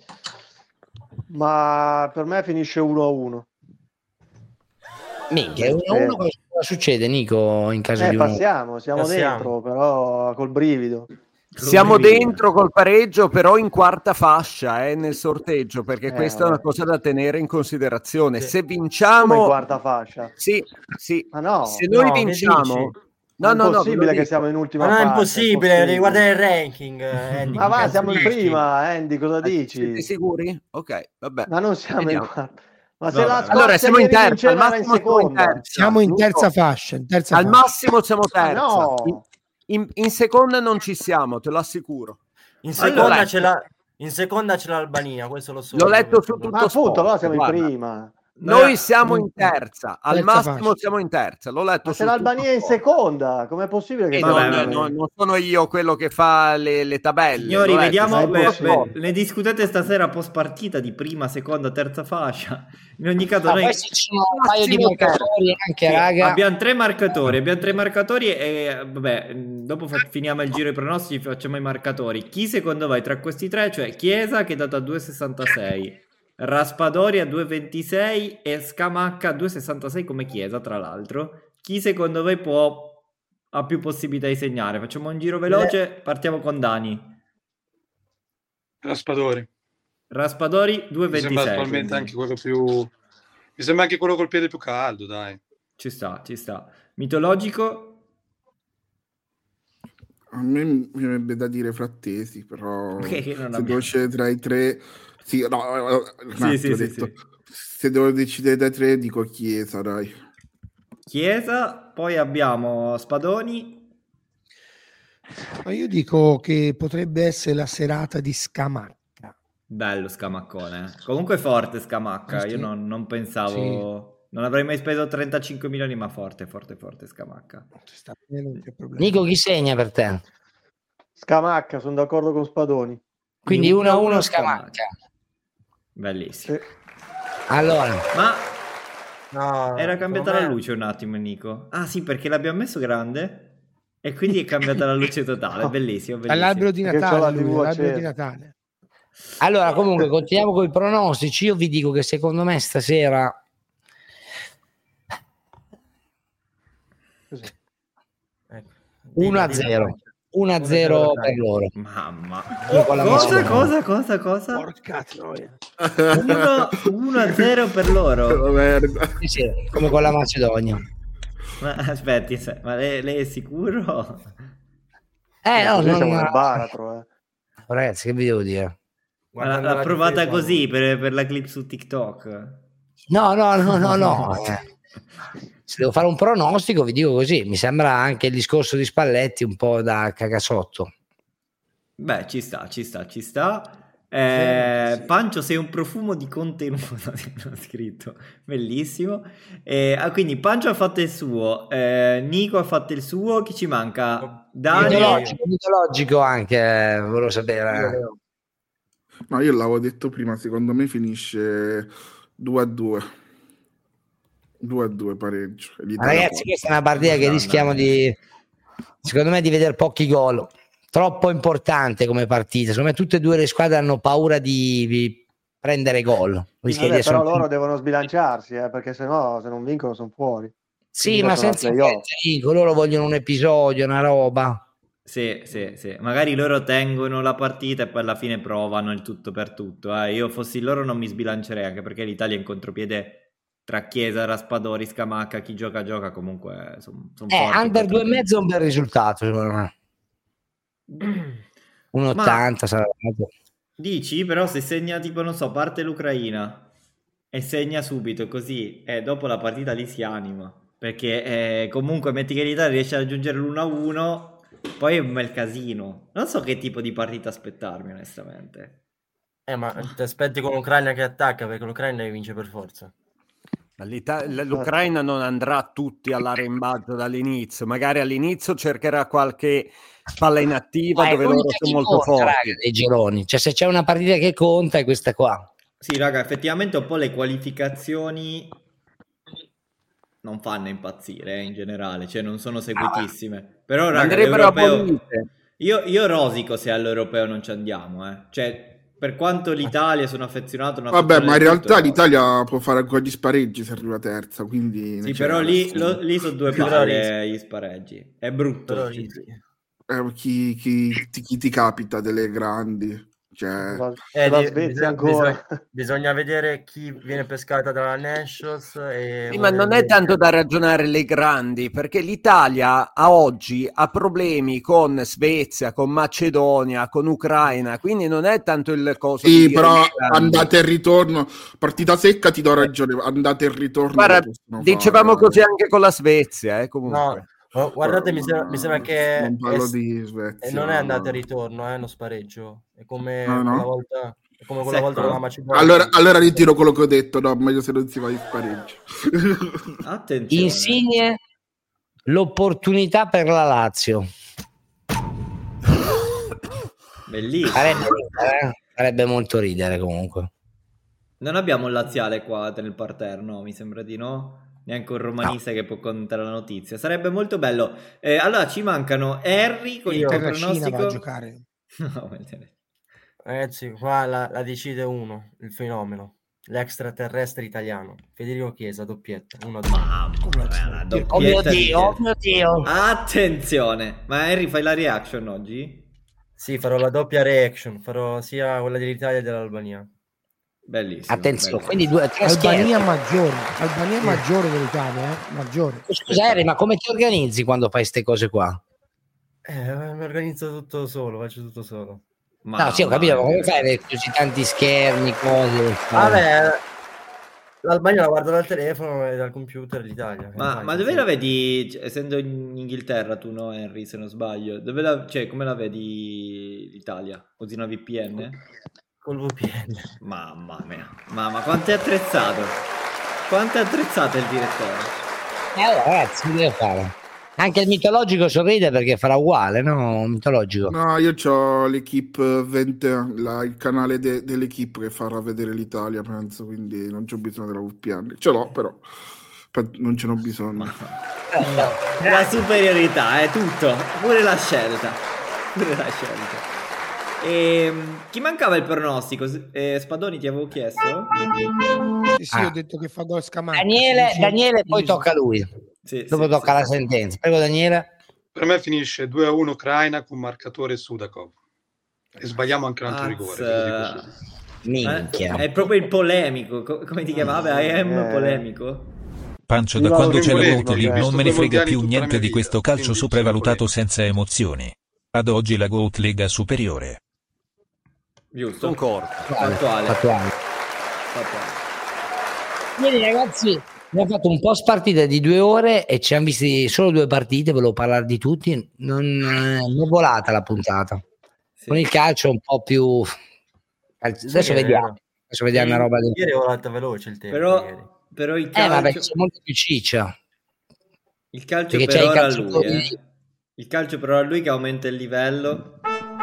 Ma per me finisce uno a uno. Minchia, uno a uno cosa succede, Nico, in caso Eh, di uno? passiamo, siamo Passiamo. dentro, però col brivido. Siamo Come dire. dentro col pareggio, però in quarta fascia eh, nel sorteggio, perché Eh, questa è una vabbè. cosa da tenere in considerazione. Sì. Se Come in vinciamo, quarta fascia. sì, sì. Ma no, Se noi No, che vinciamo, dici? no, è no, no, ve lo impossibile che dico. siamo in ultima Ma non è fascia. impossibile, devi guardare il ranking. eh, Andy, Ma che va, cazzo siamo in dici? prima, Andy, cosa Eh, dici? Siete sicuri? Ok, vabbè. Ma non siamo Vediamo. in quarta. Ma se Vabbè, la vabbè. Scozia Allora, siamo in ieri terza, vinceva, al era in massimo siamo in seconda. terza. Siamo in Nico, terza fascia, in terza Al fascia. massimo siamo Ma terza. no. In, in- in seconda non ci siamo, te lo assicuro. In Allora, seconda c'è la in seconda c'è l'Albania, questo lo so. L'ho letto su tutto Ma appunto, sport, allora siamo guarda. in prima. Noi siamo in terza, al Terza massimo fascia. siamo in terza. L'ho letto Ma su se l'Albania è in tutto sport. seconda, com'è possibile che Eh, siamo Vabbè, non, in vabbè. non- non sono io quello che fa le, le tabelle. Signori, l'ho letto vediamo, su è tutto beh, impossibile. sport. beh, ne discutete stasera post partita di prima, seconda, terza fascia. In ogni caso, Ah, noi poi ci sono un paio di Massimo marcatori anche, sì, raga. abbiamo tre marcatori, abbiamo tre marcatori e vabbè, dopo fa- finiamo il giro dei pronostici, facciamo i marcatori. Chi secondo voi tra questi tre, cioè Chiesa che è dato a due virgola sessantasei, Raspadori a due virgola ventisei e Scamacca a due virgola sessantasei come Chiesa, tra l'altro. Chi secondo voi può ha più possibilità di segnare? Facciamo un giro veloce, partiamo con Dani. Raspadori. Raspadori due Mi virgola sembra ventisei. attualmente quindi. anche quello più... Mi sembra anche quello col piede più caldo, dai. Ci sta, ci sta. Mitologico? A me mi verrebbe da dire Frattesi, però Che- che non se abbiamo- devo scegliere tra i tre, sì, no, no, no, un Sì, attimo, sì, ho sì, detto. sì. Se devo decidere da tre, dico Chiesa, dai. Chiesa, poi abbiamo Spadoni. Ma io dico che potrebbe essere la serata di Scamacca. Bello Scamaccone. eh. Comunque forte Scamacca. Eh sì. Io non, non pensavo... Non avrei mai speso trentacinque milioni, ma forte, forte, forte Scamacca. Sta bene, non c'è problema. Nico, chi segna per te? Scamacca, sono d'accordo con Spadoni. Quindi uno a uno Scamacca. Bellissimo. Sì. Allora, Ma No, era cambiata secondo la me- luce un attimo, Nico. Ah sì, perché l'abbiamo messo grande e quindi è cambiata la luce totale. Bellissimo, bellissimo. All'albero di Perché c'ho Natale, la lui, tivù all'albero accesa. di Natale. allora, comunque, continuiamo con i pronostici. Io vi dico che secondo me stasera Ecco. uno a zero. uno a zero per loro. Mamma. Io con la Cosa, maschera. cosa, cosa, cosa? Porca troia. uno a zero per loro. merda. Sì, sì, come con la Macedonia. Ma aspetti, se- ma lei, lei è sicuro? Eh, no, Così no, siamo no. nel baratro, eh. Ragazzi, che vi devo dire? Ma Guardando l'ha la provata difesa- così per, per la clip su TikTok. No, no, no, no, no. eh. Se devo fare un pronostico, vi dico così. Mi sembra anche il discorso di Spalletti un po' da cagasotto. Beh, ci sta, ci sta, ci sta. Eh, Sì. Pancio, sei un profumo di contenuto, hanno scritto. Bellissimo. Eh, ah, quindi Pancio ha fatto il suo, eh, Nico ha fatto il suo. Chi ci manca? Dani. Mitologico, mitologico anche, eh, volevo sapere. No, io l'avevo detto prima, secondo me finisce due a due. due a due pareggio. E l'Italia Ragazzi, passa. questa è una partita che Madonna. rischiamo di secondo me di vedere pochi gol, troppo importante come partita, secondo me tutte e due le squadre hanno paura di, di prendere gol. Vabbè, però loro devono sbilanciarsi, eh, perché sennò se non vincono sono fuori. Sì, Quindi ma sono al senza playoff. dico, loro vogliono un episodio, una roba. Sì, sì, sì. Magari loro tengono la partita e poi alla fine provano il tutto per tutto. Eh. Io fossi loro non mi sbilancerei, anche perché l'Italia è in contropiede tra Chiesa, Raspadori, Scamacca, chi gioca gioca, comunque sono son Eh, forti. under due e mezzo è un bel risultato, secondo me. un ottanta sarà. Dici, però se segna tipo, non so, parte l'Ucraina e segna subito così e dopo la partita lì si anima. Perché eh, comunque metti che l'Italia riesce a raggiungere l'uno a uno, poi è un bel casino. Non so che tipo di partita aspettarmi, onestamente. Eh, ma ti aspetti con l'Ucraina che attacca, perché l'Ucraina vince per forza. L'Ita- L'Ucraina non andrà tutti all'arrembaggio dall'inizio, magari all'inizio cercherà qualche palla inattiva Ma è dove loro l'unica sono che molto conta, forti. raga, dei gironi. Cioè, se c'è una partita che conta è questa qua. Sì, raga, effettivamente un po' le qualificazioni non fanno impazzire eh, in generale, cioè non sono seguitissime. Però, raga, Andrebbero l'europeo... abolite. Io, io rosico se all'europeo non ci andiamo, eh. Cioè, per quanto l'Italia sono affezionato a una Vabbè, stagione ma in del realtà tutto, l'Italia può fare ancora gli spareggi se arriva terza, quindi... non sì, c'è però da lì, nessuno. lo- lì sono due Però palle gli spareggi. È brutto. Però Sì. Eh, chi, chi- chi- chi ti capita delle grandi? Cioè... Eh, la di- Svezia bisogna, ancora. bisogna- bisogna vedere chi viene pescata dalla Nations e Sì, ma non è tanto da ragionare le grandi, perché l'Italia a oggi ha problemi con Svezia, con Macedonia, con Ucraina, quindi non è tanto il coso di Sì, dire però le grandi. andate e ritorno, partita secca ti do ragione, andate e ritorno Guarda, lo possono dicevamo fare. così anche con la Svezia, eh, comunque. No, oh, guardate, mi sembra, mi sembra che Non parlo è- di Svezia. e non è andata e ritorno, eh, lo spareggio. È come Ah, no? quella volta, è come quella volta con la Macedonia. Allora, allora ritiro quello che ho detto, no, meglio se non si va in spareggio. Attenzione. Insigne, l'opportunità per la Lazio. Bellissimo. Farebbe, ridere, eh? Farebbe molto ridere comunque. Non abbiamo un laziale qua nel parterre, no? Mi sembra di no. Neanche un romanista che può contare la notizia. Sarebbe molto bello. Eh, allora ci mancano Harry con il Io- tuo Per la Cina va a pronostico. giocare. No, vuol dire- Ragazzi, qua la, la decide uno, il fenomeno, l'extraterrestre italiano, Federico Chiesa, doppietta, uno a due. la doppietta Oh mio di Dio, oh Chiesa. mio Dio. Attenzione. Ma Harry, fai la reaction oggi? Sì, farò la doppia reaction, farò sia quella dell'Italia che dell'Albania. Bellissimo. Attenzione, bellissimo. quindi due, tre Albania schiere. maggiore, Albania maggiore dell'Italia, eh? Maggiore. Scusa Harry, ma come ti organizzi quando fai queste cose qua? Eh, mi organizzo tutto solo, faccio tutto solo. No, sì, ho capito, ma come fai ad avere così tanti schermi, cose? Vabbè, l'Albania la guardo dal telefono e dal computer, l'Italia. che Ma, fai? ma dove la vedi, cioè, essendo in Inghilterra tu, no, Henry, se non sbaglio, dove la, cioè, come la vedi l'Italia? Usi una V P N? Col V P N. Mamma mia, mamma, quanto è attrezzato? Quanto è attrezzato il direttore? Eh, allora, ragazzi, che deve fare? Anche il mitologico sorride perché farà uguale, no? Il mitologico. No, io ho l'Equipe venti, la- il canale de- dell'Equipe che farà vedere l'Italia, penso, quindi non c'ho bisogno della V P N. Ce l'ho, però pe- non ce n'ho bisogno. La superiorità, è tutto, pure la scelta. Pure la scelta. E, chi mancava il pronostico? Eh, Spadoni ti avevo chiesto? Sì, sì, Ah. ho detto che fa gol Scamacca. Daniele, Sì, sì. Daniele poi tocca a lui. Sì, Dopo sì, tocca sì, la sì. sentenza. Prego Daniele. Per me finisce due a uno Ucraina con marcatore Sudakov. E sbagliamo anche un altro rigore. ve lo dico Azz- subito. Minchia. Eh, è proprio il polemico. Co- come ti chiamava? I am Eh. polemico. Pancio, da Viva quando lo c'è la sviluppo, Goat League cioè. non me ne Sto due frega mondiali più tutta la niente mia di vita, questo calcio quindi sopravvalutato sono senza emozioni. Ad oggi la Goat League è superiore. Giusto? Concordo. Fattuale. Fattuale. Fattuale. Ieri ragazzi abbiamo fatto un post partita di due ore e ci hanno visti solo due partite, volevo parlare di tutti, non non è volata la puntata. Sì. Con il calcio un po' più adesso Sì, è vediamo, vero. adesso vediamo una Ieri- roba di... Ieri è volata veloce il tempo. Però, ieri. però il Eh vabbè, calcio, c'è molto più ciccia. il calcio Perché per c'è i ora a lui, calciatori- eh. Il calcio però a lui che aumenta il livello.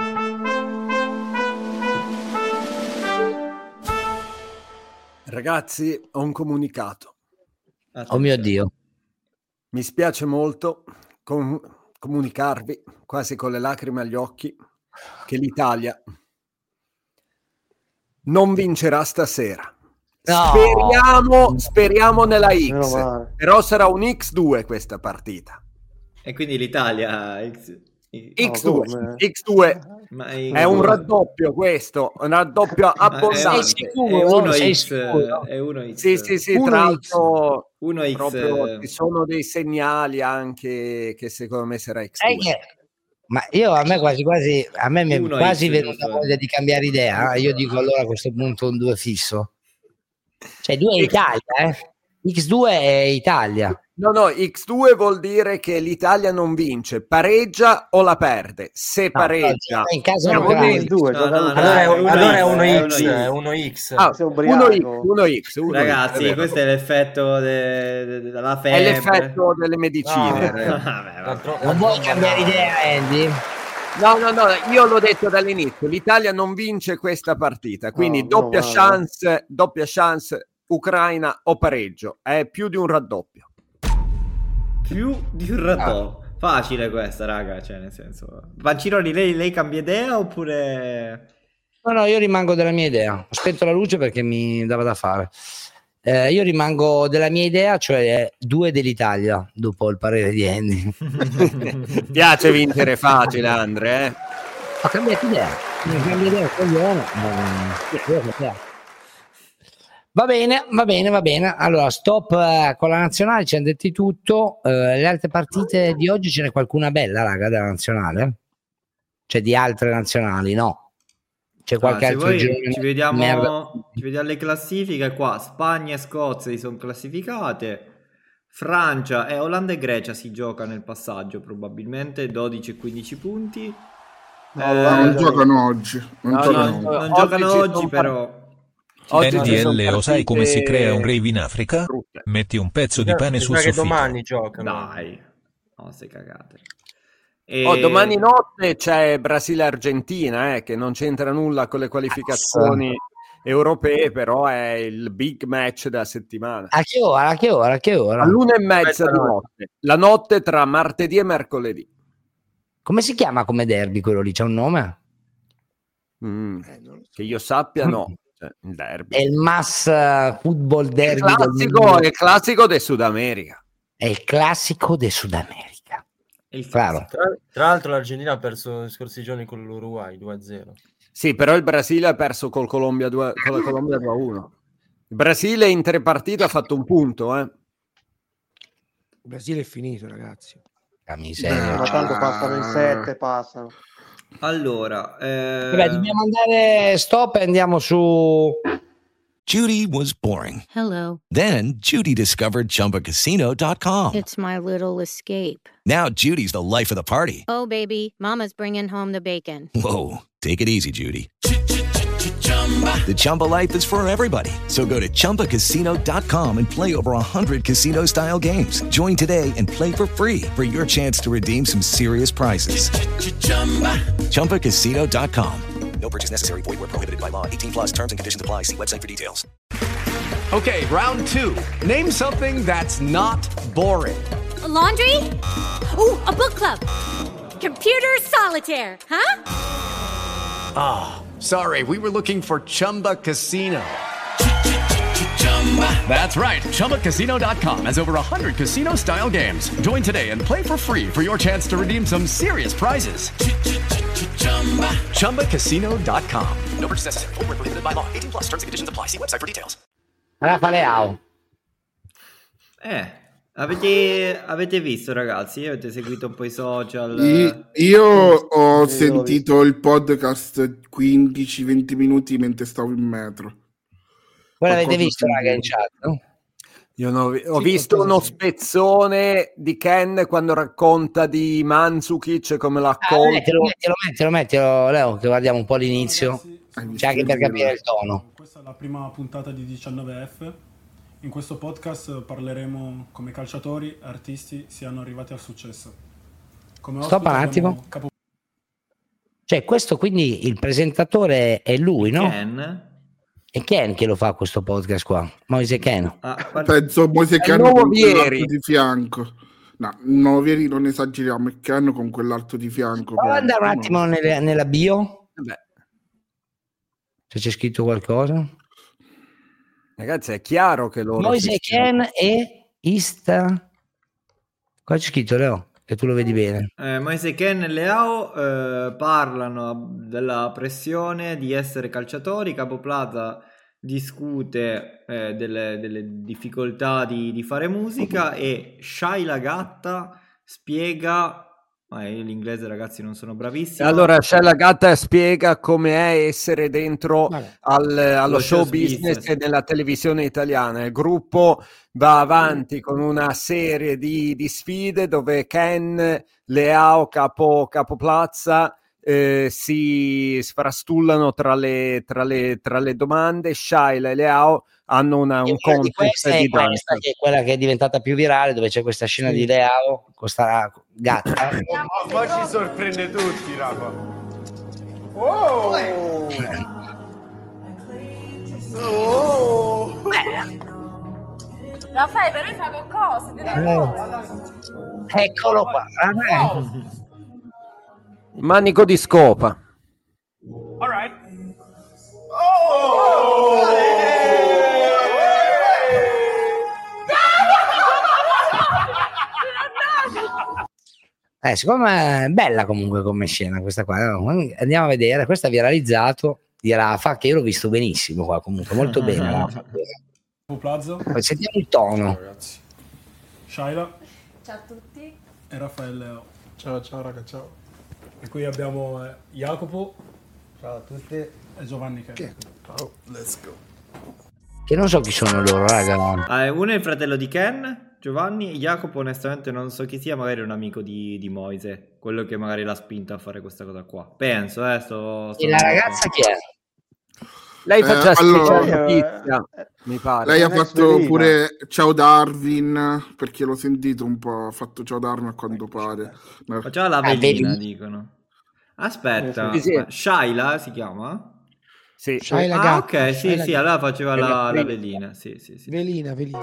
Ragazzi, ho un comunicato. Oh mio Dio. Mi spiace molto. Con- comunicarvi, quasi con le lacrime agli occhi, che l'Italia non vincerà stasera. No. Speriamo, speriamo nella X, però sarà un X due questa partita. E quindi l'Italia X, X due, no, X due. Ma è un raddoppio questo, un raddoppio abbondante. È uno X, è uno X. Sì, sì, sì, uno tra X. l'altro uno X. proprio, ci sono dei segnali anche che secondo me sarà X due. Che, ma io a me quasi quasi a me mi è Uno quasi X, venuta voglia di cambiare idea. Io dico allora a questo punto un due fisso. Cioè due è Italia, eh? X due è Italia. No, no, X due vuol dire che l'Italia non vince, pareggia o la perde. Se No, pareggia, no, in caso no, non no, due, No, no, no, Allora è, è uno allora è X, uno è X, uno è X. uno X. Ah, Sei uno ubriaco. X, uno X, uno Ragazzi, X, è vero. questo è l'effetto de- de- della È febbre. l'effetto delle medicine. No, eh. Vabbè, vabbè. Non vuoi cambiare idea, Andy? No, no, no, io l'ho detto dall'inizio, l'Italia non vince questa partita, quindi No, doppia no, no. chance, doppia chance Ucraina o pareggio, è più di un raddoppio. Più di un raddoppio. Facile questa, raga, cioè nel senso. Panciroli, lei, lei cambia idea oppure... No, no, io rimango della mia idea. Ho spento la luce perché mi dava da fare. Eh, io rimango della mia idea, cioè due dell'Italia, dopo il parere di Andy. Piace vincere facile, Andre, eh? Ho cambiato idea. Mi cambio idea, coglione. Eh, Va bene, va bene, va bene. Allora, stop eh, con la nazionale, ci hanno detti tutto. Eh, le altre partite di oggi ce n'è qualcuna bella, raga, della nazionale? Cioè di altre nazionali, no? C'è qualche Ah, se altro vuoi girone? ci vediamo, merda? ci vediamo le classifiche qua. Spagna e Scozia si sono classificate. Francia e Olanda e Grecia si gioca nel passaggio probabilmente dodici e quindici punti. No, Eh, non giocano oggi. Non no, giocano no, oggi. non giocano Oggi ci oggi, sono però. Oggi N ci D sono L, lo sai come si crea un rave in Africa? brutte. Metti un pezzo di pane Mi sul sa che soffitto. domani giocano. Dai, no, stai cagate. E... Oh, domani notte c'è Brasile-Argentina, eh, che non c'entra nulla con le qualificazioni europee, però è il big match della settimana. A che ora? A che ora? A che ora? All'una e mezza Aspetta, di no. notte, la notte tra martedì e mercoledì. Come si chiama come derby quello lì? C'è un nome? Mm, Eh, non lo so. che io sappia, no. Cioè, il derby. È il mass eh, football È il derby del classico, mondo. è il classico del Sud America. È il classico del Sud America. Il Claro. Tra, tra l'altro l'Argentina ha perso nei scorsi giorni con l'Uruguay due a zero. Sì, però il Brasile ha perso col Colombia due, con la Colombia due a uno. Il Brasile in tre partite ha fatto un punto, eh. Il Brasile è finito, ragazzi. La miseria. Ma tanto passano in sette, passano. Allora, eh... Vabbè, dobbiamo andare stop e andiamo su. Judy was boring. Hello. Then Judy discovered Chumba Casino dot com. It's my little escape. Now Judy's the life of the party. Oh, baby, mama's bringing home the bacon. Whoa, take it easy, Judy. The Chumba life is for everybody. So go to Chumba Casino dot com and play over one hundred casino-style games. Join today and play for free for your chance to redeem some serious prizes. Chumba Casino dot com. No purchase necessary. Void where prohibited by law. eighteen plus terms and conditions apply. See website for details. Okay, round two. Name something that's not boring. A laundry? Ooh, a book club. Computer solitaire, huh? Ah, sorry, we were looking for Chumba Casino. That's right, Chumba Casino dot com has over one hundred casino-style games. Join today and play for free for your chance to redeem some serious prizes. Chumba Casino dot com. No purchase necessary. Void where prohibited by law. eighteen plus terms and conditions apply. See website for details. Rafa Leao. Eh, avete, avete visto, ragazzi? Avete seguito un po' i social? I- Io ho sentito il podcast quindici venti minuti mentre stavo in metro. Voi l'avete Qualcosa visto, di- raga, in chat? No? Io no- ho Sì, visto qualcosa uno sì. spezzone di Ken quando racconta di Mandzukic come l'ha Ah, colto. mettilo, mettilo, mettilo, mettilo, Leo, che guardiamo un po' l'inizio. Hai visto C'è anche il per video? capire il tono. Questa è la prima puntata di diciannove F. In questo podcast parleremo come calciatori e artisti siano arrivati al successo. Come Stop ospite un attimo. abbiamo Capo- Cioè, questo quindi il presentatore è lui, no? Ken? È Ken che lo fa questo podcast qua. Moise Ken. Ah, guarda- Penso Moise È il Cano nuovo con Vieri. quell'altro di fianco. No, no, veri, non esageriamo, è che hanno con quell'alto di fianco. Prova ad andare un no. attimo nelle- nella bio, Beh, se c'è scritto qualcosa. ragazzi, è chiaro che loro Moise si Ken e Ista. Qua c'è scritto, Leo, che tu lo vedi bene. Eh, Moise Ken e Leao eh, parlano della pressione di essere calciatori. Capo Plaza discute eh, delle, delle difficoltà di, di fare musica e Shaila Gatta spiega. Ma io l'inglese, ragazzi, non sono bravissimo. Allora, Shaila Gatta spiega come è essere dentro al, allo Lo show show business business. e nella televisione italiana. Il gruppo va avanti con una serie di, di sfide dove Ken, Leao, capo, capo Plaza eh, si sfrastullano tra le, tra le, tra le domande. Shaila e Leao hanno una, un E una di contest queste è di questa, danza. che è quella che è diventata più virale, dove c'è questa scena Sì. di Leao con sta gatta. Poi ci sorprende tutti, Rafa. Oh! Oh! Raffaele, però fa qualcosa, ti Eh, Eccolo qua. Ah, Manico di scopa. All right. Oh! Eh, secondo me è bella comunque come scena questa qua. Andiamo a vedere, questa ha viralizzato di Rafa, che io l'ho visto benissimo qua, comunque molto bene Rafa. Plaza. Poi sentiamo il tono. Ragazzi. Shaila Ciao a tutti. e Raffaele. Ciao, ciao raga, ciao. E qui abbiamo eh, Jacopo. Ciao a tutti. E Giovanni che, che... Ciao, let's go. Che non so chi sono loro, raga. Ah, eh, uno è il fratello di Ken, Giovanni. Jacopo onestamente non so chi sia, magari è un amico di, di Moise, quello che magari l'ha spinta a fare questa cosa qua. Penso, eh, sto, sto E la ragazza chi è? Lei Eh, faceva allora- schifo notizia, mi pare. Lei ha Non è fatto Sverina. pure Ciao Darwin, perché l'ho sentito un po', ha fatto Ciao Darwin a quanto pare. Faceva la Ah, velina, vedi? dicono. Aspetta, Sì, sì. ma Shaila si chiama? Sì. Shaila Ah, Gatta, ok, sì, Shaila sì, Gatta. allora faceva la, la Velina. velina, sì, sì, sì. Velina, velina.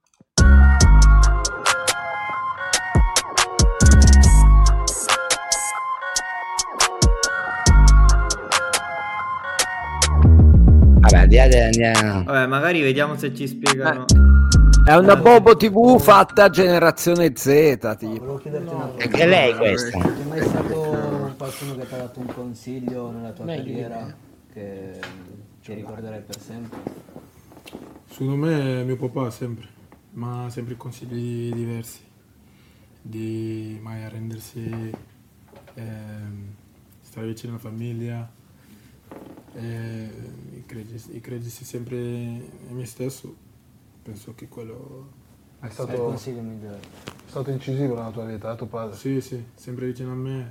Vabbè, andiamo, andiamo. Vabbè, magari vediamo se ci spiegano. È una Bobo tivù fatta generazione Z, tipo. Volevo chiederti una cosa. È lei questa. C'è mai stato qualcuno che ti ha dato un consiglio nella tua Meglio di carriera me. che ti ricorderai per sempre? Secondo me mio papà sempre, ma sempre consigli diversi. Di mai arrendersi, ehm, stare vicino alla famiglia, eh, e credersi, e credersi sempre in me stesso. Penso che quello È È il stato, consiglio migliore. è stato incisivo nella tua vita, eh, tuo padre? Sì, sì, sempre vicino a me.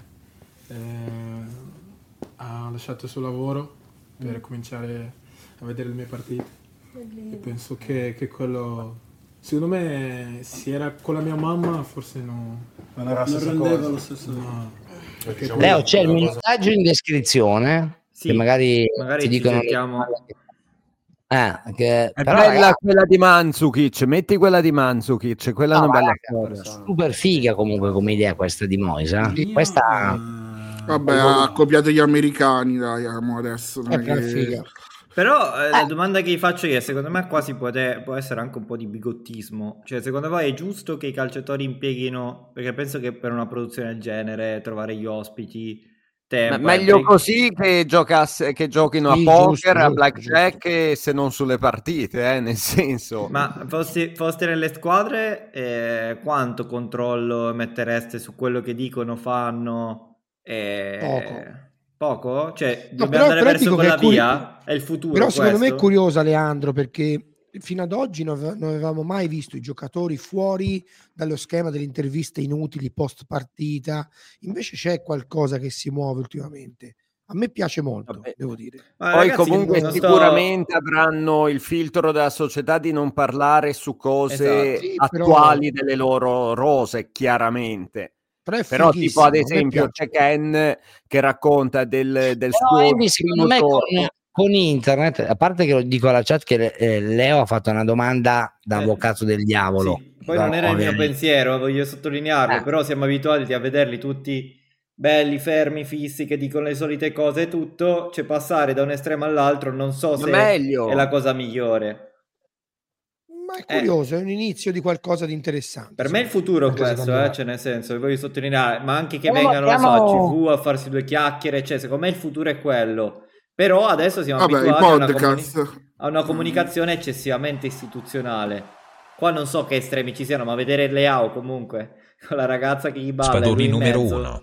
Eh, ha lasciato il suo lavoro per cominciare a vedere le mie partite. E penso che, che quello, secondo me, se era con la mia mamma, forse no, Non era la non stessa rendeva cosa. lo stesso. No. Perché Diciamo Leo, che- c'è il una cosa- minutaggio in descrizione. Sì, che magari, magari ti ci dicono. cerchiamo. Eh, che, È però, bella ragazzi, quella di Mandzukic, metti quella di Mandzukic, quella è no, una bella raga, storia. super figa comunque come idea questa di Moisa. Questa Vabbè, ha copiato gli americani, dai, amo adesso. non È è per che- figa. Però eh, la domanda che vi faccio io, secondo me quasi può, può essere anche un po' di bigottismo. Cioè, secondo voi è giusto che i calciatori impieghino, perché penso che per una produzione del genere, trovare gli ospiti, tempo... Ma meglio eh, così che, giocasse, che giochino Sì, a poker, giusto, a giusto, blackjack, e se non sulle partite, eh, nel senso. Ma foste, foste nelle squadre, eh, quanto controllo mettereste su quello che dicono, fanno? Eh, Poco. Poco? Cioè, No, dobbiamo però- andare però verso dico che quella è curi- via? È il futuro Però secondo me è questo? curiosa Leandro, perché fino ad oggi non ave- non avevamo mai visto i giocatori fuori dallo schema delle interviste inutili post partita. Invece c'è qualcosa che si muove ultimamente. A me piace molto, Vabbè. devo dire. Ma Poi ragazzi, comunque non sto- sicuramente avranno il filtro della società di non parlare su cose Esatto. Sì, però- attuali delle loro rose, chiaramente. Però, è Però tipo fighissimo, ad a me esempio piace. c'è Ken che racconta del, del Però suo Andy, secondo primo me con, torno. con internet, a parte che lo dico alla chat che eh, Leo ha fatto una domanda da Eh, avvocato del diavolo, sì. Poi non era il mio pensiero, voglio sottolinearlo, eh. però siamo abituati a vederli tutti belli, fermi, fissi, che dicono le solite cose e tutto, cioè passare da un estremo all'altro non so se meglio. è la cosa migliore. Ma è curioso, eh. è un inizio di qualcosa di interessante. Per me è il futuro questo, eh, cioè nel senso, voglio sottolineare, ma anche che no, vengano, non abbiamo... so, a G V a farsi due chiacchiere, cioè secondo me il futuro è quello. Però adesso siamo Vabbè, abituati a una, podcast. comuni- a una comunicazione eccessivamente istituzionale. Qua non so che estremi ci siano, ma vedere Leao comunque con la ragazza che gli balla Spadoni in numero mezzo. uno.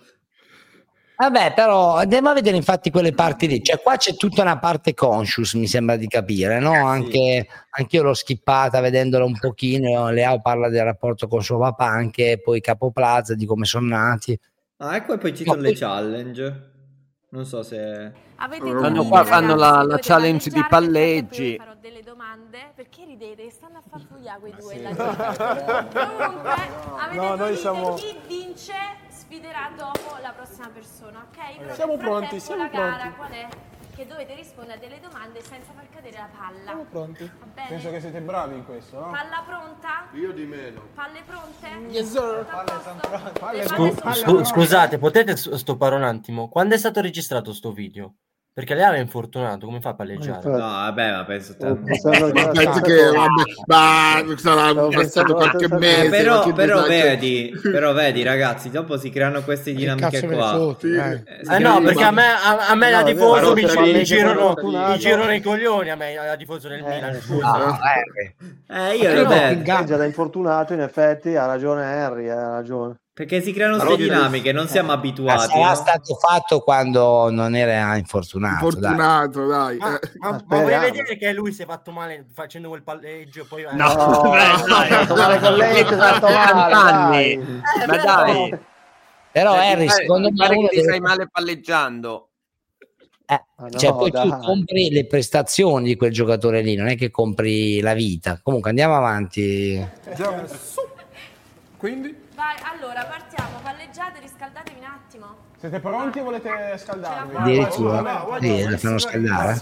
Vabbè, però andiamo a vedere infatti quelle parti lì, cioè qua c'è tutta una parte conscious, mi sembra di capire, no? Anche, anche io l'ho skippata vedendola un pochino. Leao parla del rapporto con suo papà, anche poi Capo Plaza, di come sono nati. Ah, ecco, e poi ci sono le challenge. Non so se fanno qua fanno la, la challenge di palleggi. Farò delle domande, perché ridete? Stanno a farfugliare quei due là dietro. Comunque avete No, noi due siamo- chi vince sfiderà dopo la prossima persona, ok? Però Siamo nel pronti, frattempo siamo la gara pronti. qual è? Che dovete rispondere a delle domande senza far cadere la palla. Siamo pronti. Va bene? Penso che siete bravi in questo, no? Palla pronta? Io di meno. Palle pronte? Yes, sir. Palle Scu- scu- scusate, potete s- stoppare un attimo? Quando è stato registrato sto video? Perché Leao è infortunato, come fa a palleggiare? No, vabbè, ma penso te. Ma penso che vabbè, ma sarà passato qualche mese. Eh, però, qualche però mese. vedi, però vedi ragazzi, dopo si creano queste dinamiche cazzo me ne qua. fotti, Eh, eh. si Eh creano- no, perché a me, a, a me No, la è vero, tifoso mi, però mi, se girano, fortunato- mi girano i coglioni, a me la tifoso del Milan. scusa. No, eh, Eh, io Perché vabbè, no, È già da infortunato, in effetti ha ragione Harry, ha ragione. perché si creano Ma queste no, dinamiche, non siamo ma abituati. sarà no? stato fatto quando non era infortunato. dai. Fortunato, dai. Ma, eh. ma, ma speriamo. vuoi vedere che lui si è fatto male facendo quel palleggio e poi... No, No, beh, dai, fatto male con lei, si è fatto male, anni. dai. Ma dai, Però Eh, Harry, ti pare- secondo ti me pare uno che ti deve- sai male palleggiando. eh, Ma no, cioè, poi tu dai. compri le prestazioni di quel giocatore lì, non è che compri la vita. Comunque andiamo avanti. Andiamo su. Quindi, Vai, allora partiamo, palleggiate, riscaldatevi un attimo. siete pronti o volete scaldarvi? Addirittura sì, la fanno scaldare.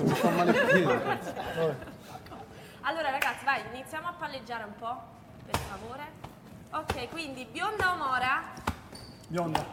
Allora ragazzi, vai, iniziamo a palleggiare un po', per favore. Ok, quindi bionda o mora? Bionda.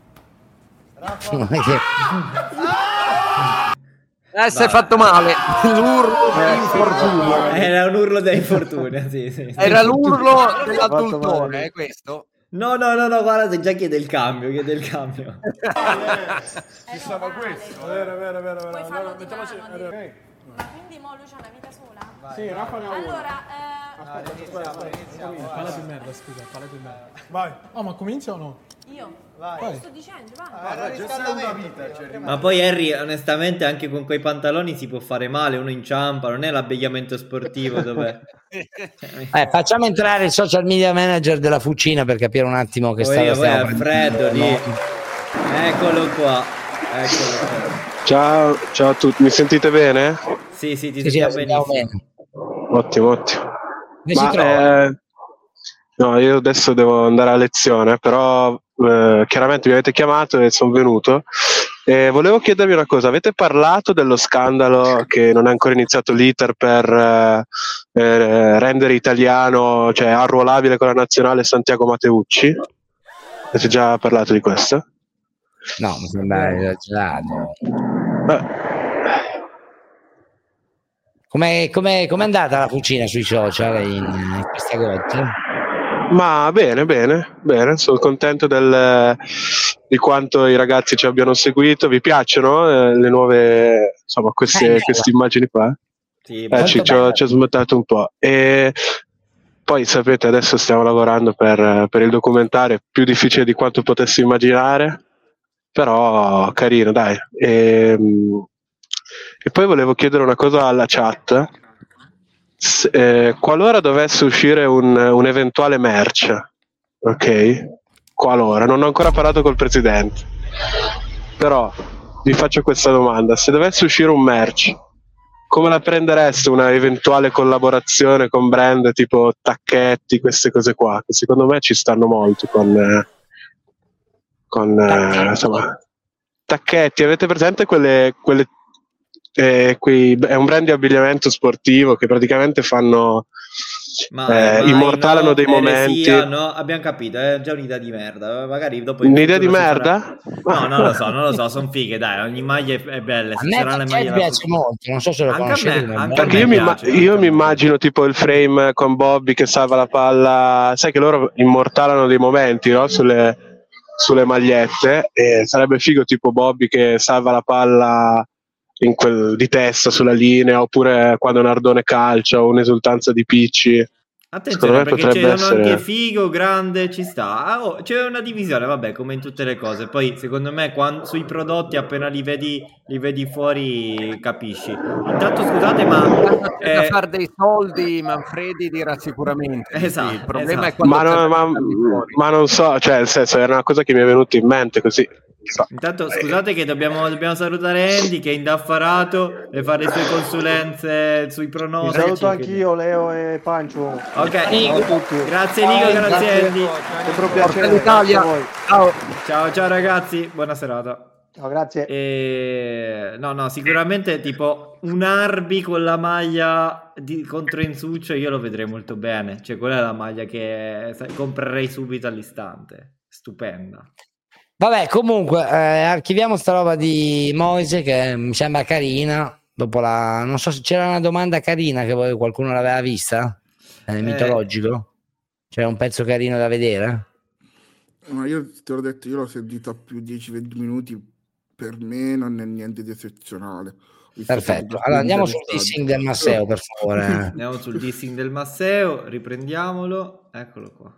Eh, si è fatto male. L'urlo dell'infortunio. Era un urlo da infortunio, sì, sì, sì. Era l'urlo fatto dell'adultone, male. è questo? No, no, no, no, guarda, se già chiede il cambio, chiede il cambio. Eh, Ci stava questo. Vero, vero, vero, vero. Puoi farlo Allora, di mettiamoci. mano, allora, di- ok. Ma quindi mo lui c'ha una vita sola? Sì, Rafa ne ha uno. Allora, eh, Aspetta, aspetta, aspetta. Parla più merda, scusa, parla più merda. Vai. Oh, ma comincia o no? io, Vai. lo sto dicendo, vai. Ma poi Harry, onestamente, anche con quei pantaloni si può fare male, uno inciampa, non è l'abbigliamento sportivo dove... Eh, facciamo entrare il social media manager della Fucina per capire un attimo che Poi sta io, poi stiamo Alfredo lì. No. Eccolo qua. Eccolo qua. Ciao, ciao a tutti, mi sentite bene? Sì, sì, ti Sì, sì, sentiamo la sentiamo benissimo. bene. Ottimo, ottimo. Dove si Ma, trova? eh, no, io adesso devo andare a lezione, però eh, chiaramente mi avete chiamato e sono venuto. E volevo chiedervi una cosa, avete parlato dello scandalo che non è ancora iniziato l'iter per eh, eh, rendere italiano, cioè arruolabile con la nazionale Santiago Mateucci? Avete già parlato di questo? No, mi sembra esagerato. Beh, Com'è, com'è, com'è andata la Fucina sui social in, in questa goccia? ma bene, bene, bene, sono contento del, di quanto i ragazzi ci abbiano seguito. Vi piacciono eh, le nuove, insomma, queste, Eh, queste immagini qua? Sì, Eh, ci, ci ho, ci ho smontato un po'. E poi sapete, adesso stiamo lavorando per, per il documentario, più difficile di quanto potessi immaginare, però carino, dai. E, e poi volevo chiedere una cosa alla chat. S- eh, qualora dovesse uscire un, un eventuale merch, ok? Qualora, non ho ancora parlato col presidente, però vi faccio questa domanda: se dovesse uscire un merch, come la prendereste una eventuale collaborazione con brand tipo Tacchetti, queste cose qua, che secondo me ci stanno molto con, eh, con eh, insomma, Tacchetti, avete presente quelle, quelle eh, quei, è un brand di abbigliamento sportivo che praticamente fanno Ma, eh, mai, immortalano no, dei eresia, momenti. no, abbiamo capito, è già un'idea di merda. Magari dopo Un'idea di futuro si merda? farà- No, non lo so, non lo so, sono fighe, dai, ogni maglia è, è bella. A Se me saranno le maglie Paquet alla piace frutta- molto, non so se lo Anche a conoscete. me, come anche a brand. Perché io, mi, imma- piace, io mi immagino tipo il frame con Bobby che salva la palla, sai che loro immortalano dei momenti, no? Sulle, sulle magliette, e sarebbe figo tipo Bobby che salva la palla in quel, di testa sulla linea, oppure quando Nardone calcia o un'esultanza di Picci. Attenzione, Secondo me perché potrebbe c'è essere... anche figo, grande, ci sta. Ah, oh, c'è una divisione, vabbè, come in tutte le cose. Poi, secondo me, quando, sui prodotti, appena li vedi, li vedi fuori, capisci. Intanto, scusate, ma... Da eh, fare dei soldi, Manfredi dirà sicuramente. di sì. Esatto, Il problema esatto. è quando Ma, no- c'è ma- da tirarli fuori. ma non so, cioè, nel senso, era una cosa che mi è venuta in mente così. Chissà. Intanto, scusate che dobbiamo, dobbiamo salutare Andy, che è indaffarato e fare le sue consulenze sui Vi pronostici. saluto quindi- anch'io, Leo e Pancio. Ok, Ciao a tutti. grazie Nico, grazie Andy. Sempre un piacere. Forza Italia. grazie a voi. Ciao. Ciao, ciao ragazzi, buona serata. Ciao, grazie. E... No, no, sicuramente tipo un Arby con la maglia di... contro Insuccio io lo vedrei molto bene. Cioè, quella è la maglia che sai, comprerei subito all'istante. Stupenda. Vabbè, comunque, eh, archiviamo sta roba di Moise che mi sembra carina. Dopo la... Non so se c'era una domanda carina che voi- qualcuno l'aveva vista, eh, Eh. mitologico. C'era un pezzo carino da vedere. Ma io te l'ho detto, io l'ho sentita più dieci venti minuti, per me non è niente di eccezionale. Ho visto Perfetto. solo Allora andiamo due sul messaggi. dissing del Masseo, per favore. Andiamo sul dissing del Masseo, riprendiamolo. Eccolo qua.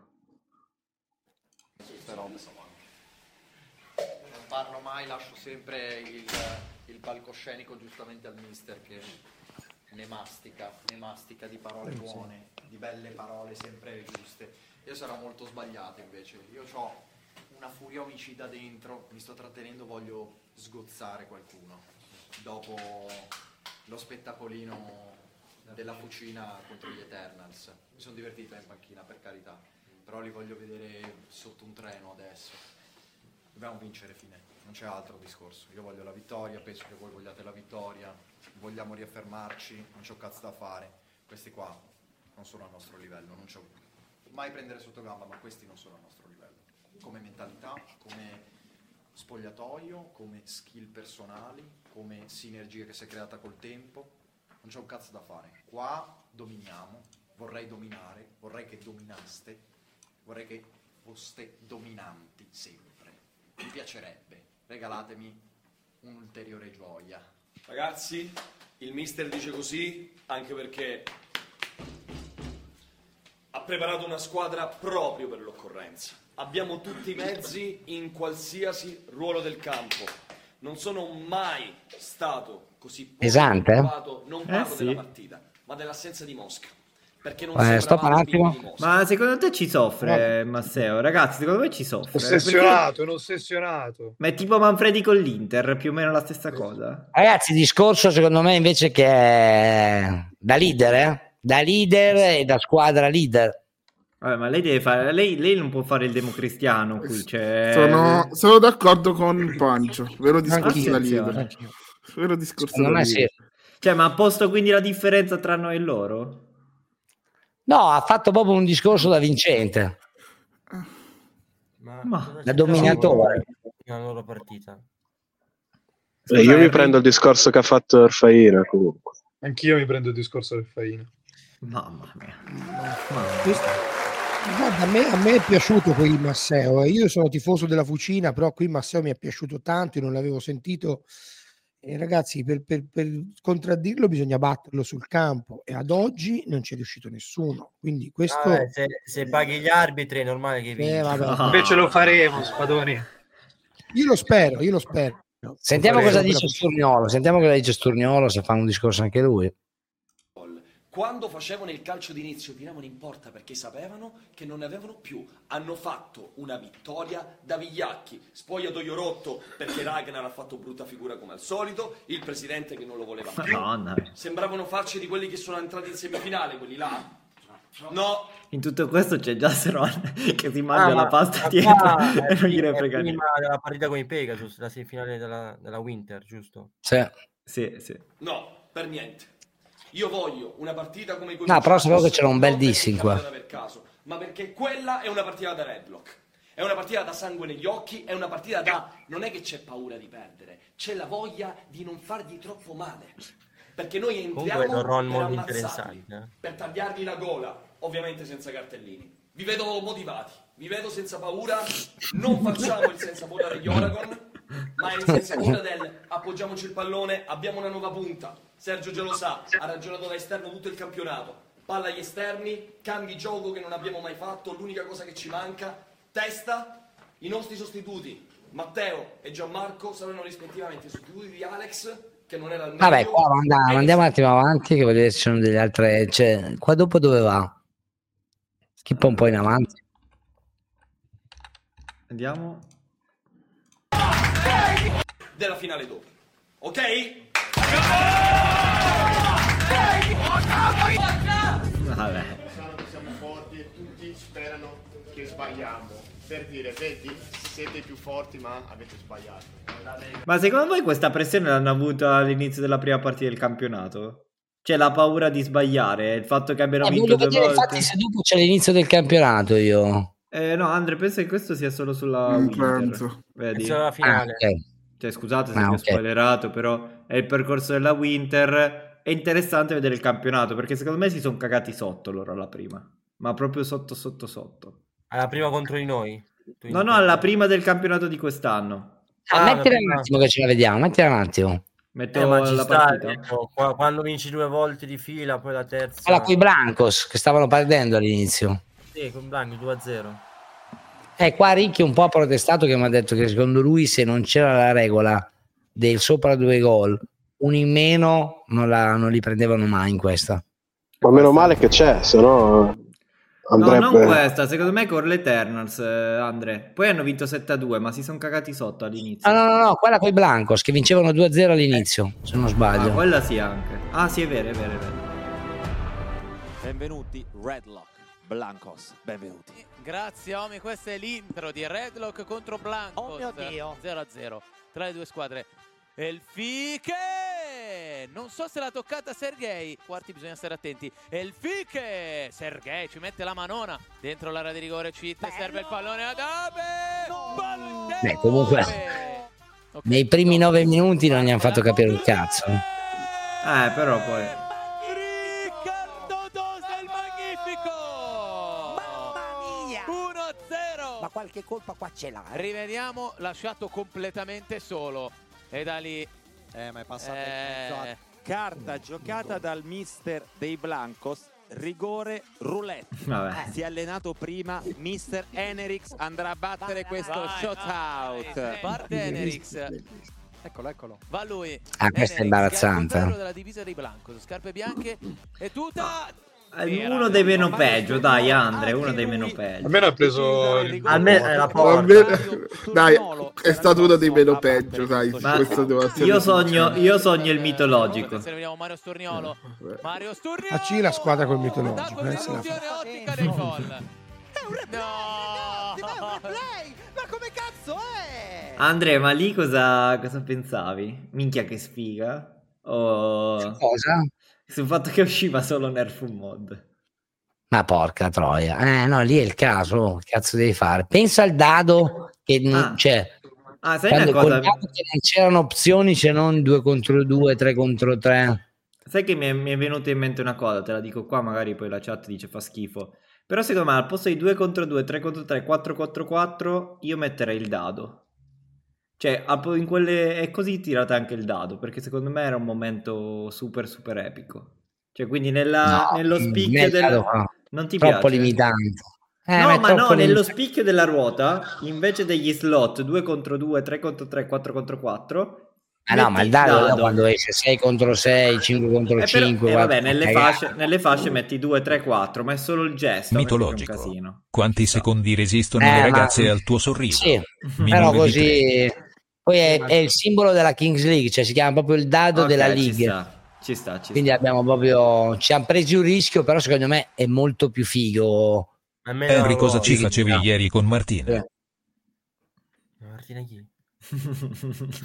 Non parlo mai, lascio sempre il, il palcoscenico giustamente al mister che ne mastica, ne mastica di parole buone, di belle parole sempre giuste. Io sarò molto sbagliato invece, io ho una furia omicida dentro, mi sto trattenendo, voglio sgozzare qualcuno. Dopo lo spettacolino della fucina contro gli Eternals, mi sono divertito in panchina per carità, però li voglio vedere sotto un treno adesso. Dobbiamo vincere, fine, non c'è altro discorso. Io voglio la vittoria, penso che voi vogliate la vittoria, vogliamo riaffermarci, non c'ho cazzo da fare. Questi qua non sono al nostro livello, non c'ho mai prendere sotto gamba, ma questi non sono al nostro livello. Come mentalità, come spogliatoio, come skill personali, come sinergia che si è creata col tempo, non c'è un cazzo da fare. Qua dominiamo, vorrei dominare, vorrei che dominaste, vorrei che foste dominanti sempre. Mi piacerebbe, regalatemi un'ulteriore gioia. Ragazzi, il mister dice così anche perché ha preparato una squadra proprio per l'occorrenza. Abbiamo tutti i mezzi in qualsiasi ruolo del campo. Non sono mai stato così Pesante, eh? preoccupato, non Eh, parlo sì. della partita, ma dell'assenza di Mosca. Perché non Eh, stop un sembravamo attimo. bimbi di Mosca. Ma secondo te ci soffre Masseo? Ragazzi, secondo me ci soffre. Ossessionato, Perché- è un ossessionato. Ma è tipo Manfredi con l'Inter, più o meno la stessa cosa. Ragazzi, discorso secondo me invece che è da leader, eh? Da leader e da squadra leader. Vabbè, ma lei deve fare. Lei, lei non può fare il democristiano qui. Cioè... Sono, sono d'accordo con Pancio, vero discorso Anch'io, da anch'io, leader. anch'io. Vero discorso Secondo da me leader. sì. Cioè, ma ha posto quindi la differenza tra noi e loro? No, ha fatto proprio un discorso da vincente, Ma da dominatore. La loro partita. Eh, io mi prendo il discorso che ha fatto Orfaina comunque. Anch'io mi prendo il discorso del Faina. Mamma mia. Guarda, a me, a me è piaciuto qui Masseo. eh. Io sono tifoso della Fucina, però qui Masseo mi è piaciuto tanto, io non l'avevo sentito. E ragazzi, per, per- per contraddirlo bisogna batterlo sul campo e ad oggi non c'è riuscito nessuno. Quindi questo... Vabbè, se, se paghi gli arbitri è normale che vinci. Eh, vabbè. Invece lo faremo, Spadoni. Io lo spero, io lo spero. Sentiamo Lo cosa faremo dice per la Fucina. Sturniolo, sentiamo cosa dice Sturniolo, se fa un discorso anche lui. Quando facevano il calcio d'inizio tiravano in porta perché sapevano che non ne avevano più. Hanno fatto una vittoria da vigliacchi. Spogliatoio rotto perché Ragnar ha fatto brutta figura come al solito, il presidente che non lo voleva più. Madonna. Sembravano farci di quelli che sono entrati in semifinale, quelli là. No, In tutto questo c'è Jasseron che si mangia Ah, ma- la pasta ma dietro qua e è non gliene prima- frega è niente. prima della partita con i Pegasus, la semifinale della, della Winter, giusto? Sì. Sì, sì. no, per niente. Io voglio una partita come No, però sapevo che c'era un bel dissing qua. per caso, ma perché quella è una partita da Redlock. È una partita da sangue negli occhi, è una partita da... Non è che c'è paura di perdere, c'è la voglia di non fargli troppo male. Perché noi entriamo Comunque non per molto ammazzarli, interessanti, eh. per tagliargli la gola, ovviamente senza cartellini. Vi vedo motivati, vi vedo senza paura, non facciamo il senza paura degli Oragon, ma è il senza paura del appoggiamoci il pallone, abbiamo una nuova punta. Sergio già lo sa, ha ragionato da esterno tutto il campionato. Palla agli esterni, cambi gioco che non abbiamo mai fatto, l'unica cosa che ci manca, testa, i nostri sostituti, Matteo e Gianmarco, saranno rispettivamente sostituti di Alex, che non era il meglio. Vabbè, qua andiamo, andiamo un attimo avanti, che voglio vedere se ci sono delle altre. Cioè, qua dopo dove va? Schippa un po' in avanti. Andiamo. Della finale dopo, ok? Vabbè. Siamo forti e tutti sperano che sbagliamo. Per dire, vedi, siete più forti ma avete sbagliato. Ma secondo voi questa pressione l'hanno avuta all'inizio della prima partita del campionato? Cioè la paura di sbagliare, il fatto che abbiano Eh, vinto voglio due vedere volte. infatti se dopo c'è l'inizio del campionato io. Eh, no, Andre, penso che questo sia solo sulla Non Winter. penso. Vedi? È solo la finale. Ah, ok. Cioè, scusate se Ah, vi ho ok. spoilerato, però è il percorso della Winter. È interessante vedere il campionato, perché secondo me si sono cagati sotto loro alla prima. Ma proprio sotto, sotto, sotto. Alla prima contro di noi. Tu No, no, intendi? alla prima del campionato di quest'anno. Ah, Ah, mettila la un prima- attimo che ce la vediamo, mettila un attimo. Metto Eh, ma ci la sta, partita. ecco, qua- quando vinci due volte di fila, poi la terza. Allora, con i Blancos che stavano perdendo all'inizio. Sì, con Blanchi due a zero. Eh, qua Ricchi un po' ha protestato, che mi ha detto che secondo lui se non c'era la regola del sopra due gol, uno in meno non, la, non li prendevano mai in questa. Ma meno male che c'è, se no andrebbe... No, non questa, secondo me con l'Eternals, eh, Andre. Poi hanno vinto sette a due, ma si sono cagati sotto all'inizio. Ah, no, no, no, quella con i Blancos che vincevano due a zero all'inizio, se non Ah, sbaglio. quella sì anche. Ah, sì, è vero, è vero, è vero. Benvenuti Redlock Blancos, benvenuti. Grazie Omi, questa è l'intro di Redlock contro Blancos. Oh mio Dio. zero a zero tra le due squadre. E il Fiche! Non so se l'ha toccata Sergei. Quarti, bisogna stare attenti. E il Fiche! Sergei ci mette la manona dentro l'area di rigore. Cheat, serve il pallone ad Abe! Beh, comunque nei primi nove minuti non gli hanno fatto capire un cazzo. Eh, però poi... Riccardo Dosa il magnifico! Mamma mia! uno a zero! Ma qualche colpa qua ce l'ha. eh? Rivediamo, lasciato completamente solo. E da lì... Eh, ma è passato in Eh, mezzo a- Carta giocata dal mister dei Blancos, rigore roulette. Vabbè. Si è allenato prima, mister Enerix andrà a battere questo vai, shootout. vai. Parte Enerix. Eccolo, eccolo. Va lui. Ah, questa è Enerix, imbarazzante. gatto ferro della divisa dei Blancos, scarpe bianche e tuta. È uno dei meno peggio, dai Andre, uno dei meno peggio. Almeno ha preso il... Almeno è la Vabbè, porta. dai, è stato uno dei meno peggio, dai. Ma questo devo essere io sincero. sogno, io sogno il mitologico. Attenzione, vediamo Mario Sturniolo. Mario Sturniolo. A C la squadra col mitologico. Eh, se la fa. Soluzione ottica del gol. No! Ma come cazzo è? Andre, ma lì cosa, cosa pensavi? Minchia che sfiga? O... Cosa? Sul fatto che usciva solo Nerf Mod. Ma porca troia. Eh, no, lì è il caso. Che cazzo devi fare? Pensa al dado che Ah. c'è. Ah, sai Quando una cosa? col dado che non c'erano opzioni se non due contro due, tre contro tre. Sai che mi è, mi è venuta in mente una cosa, te la dico qua, magari poi la chat dice fa schifo. Però secondo me al posto di due contro due, tre contro tre, quattro contro quattro, io metterei il dado. Cioè, a- in quelle... è così tirate anche il dado, perché secondo me era un momento super super epico. Cioè, quindi nella, No, nello a me spicchio il del... dado no. Non ti Troppo piace? limitante. Eh, no, è ma no, troppo nello limitante. spicchio della ruota, invece degli slot due contro due, tre contro tre, quattro contro quattro... Ah, no, ma il dado, no, quando esce sei contro sei, cinque contro Eh, però- cinque. eh, guarda, vabbè, nelle cagate. fasce, nelle fasce metti due, tre, quattro, ma è solo il gesto. a me sembra un Mitologico. casino. Quanti secondi resistono Eh, le ma- ragazze al tuo sorriso? Sì, Minore però di così poi è, è il simbolo della Kings League, cioè si chiama proprio il dado Ok, della ci League. sta, ci sta, ci Quindi sta. abbiamo proprio ci hanno presi un rischio, però secondo me è molto più figo. Henry, cosa ci facevi ieri con Martina? Eh. Martina chi?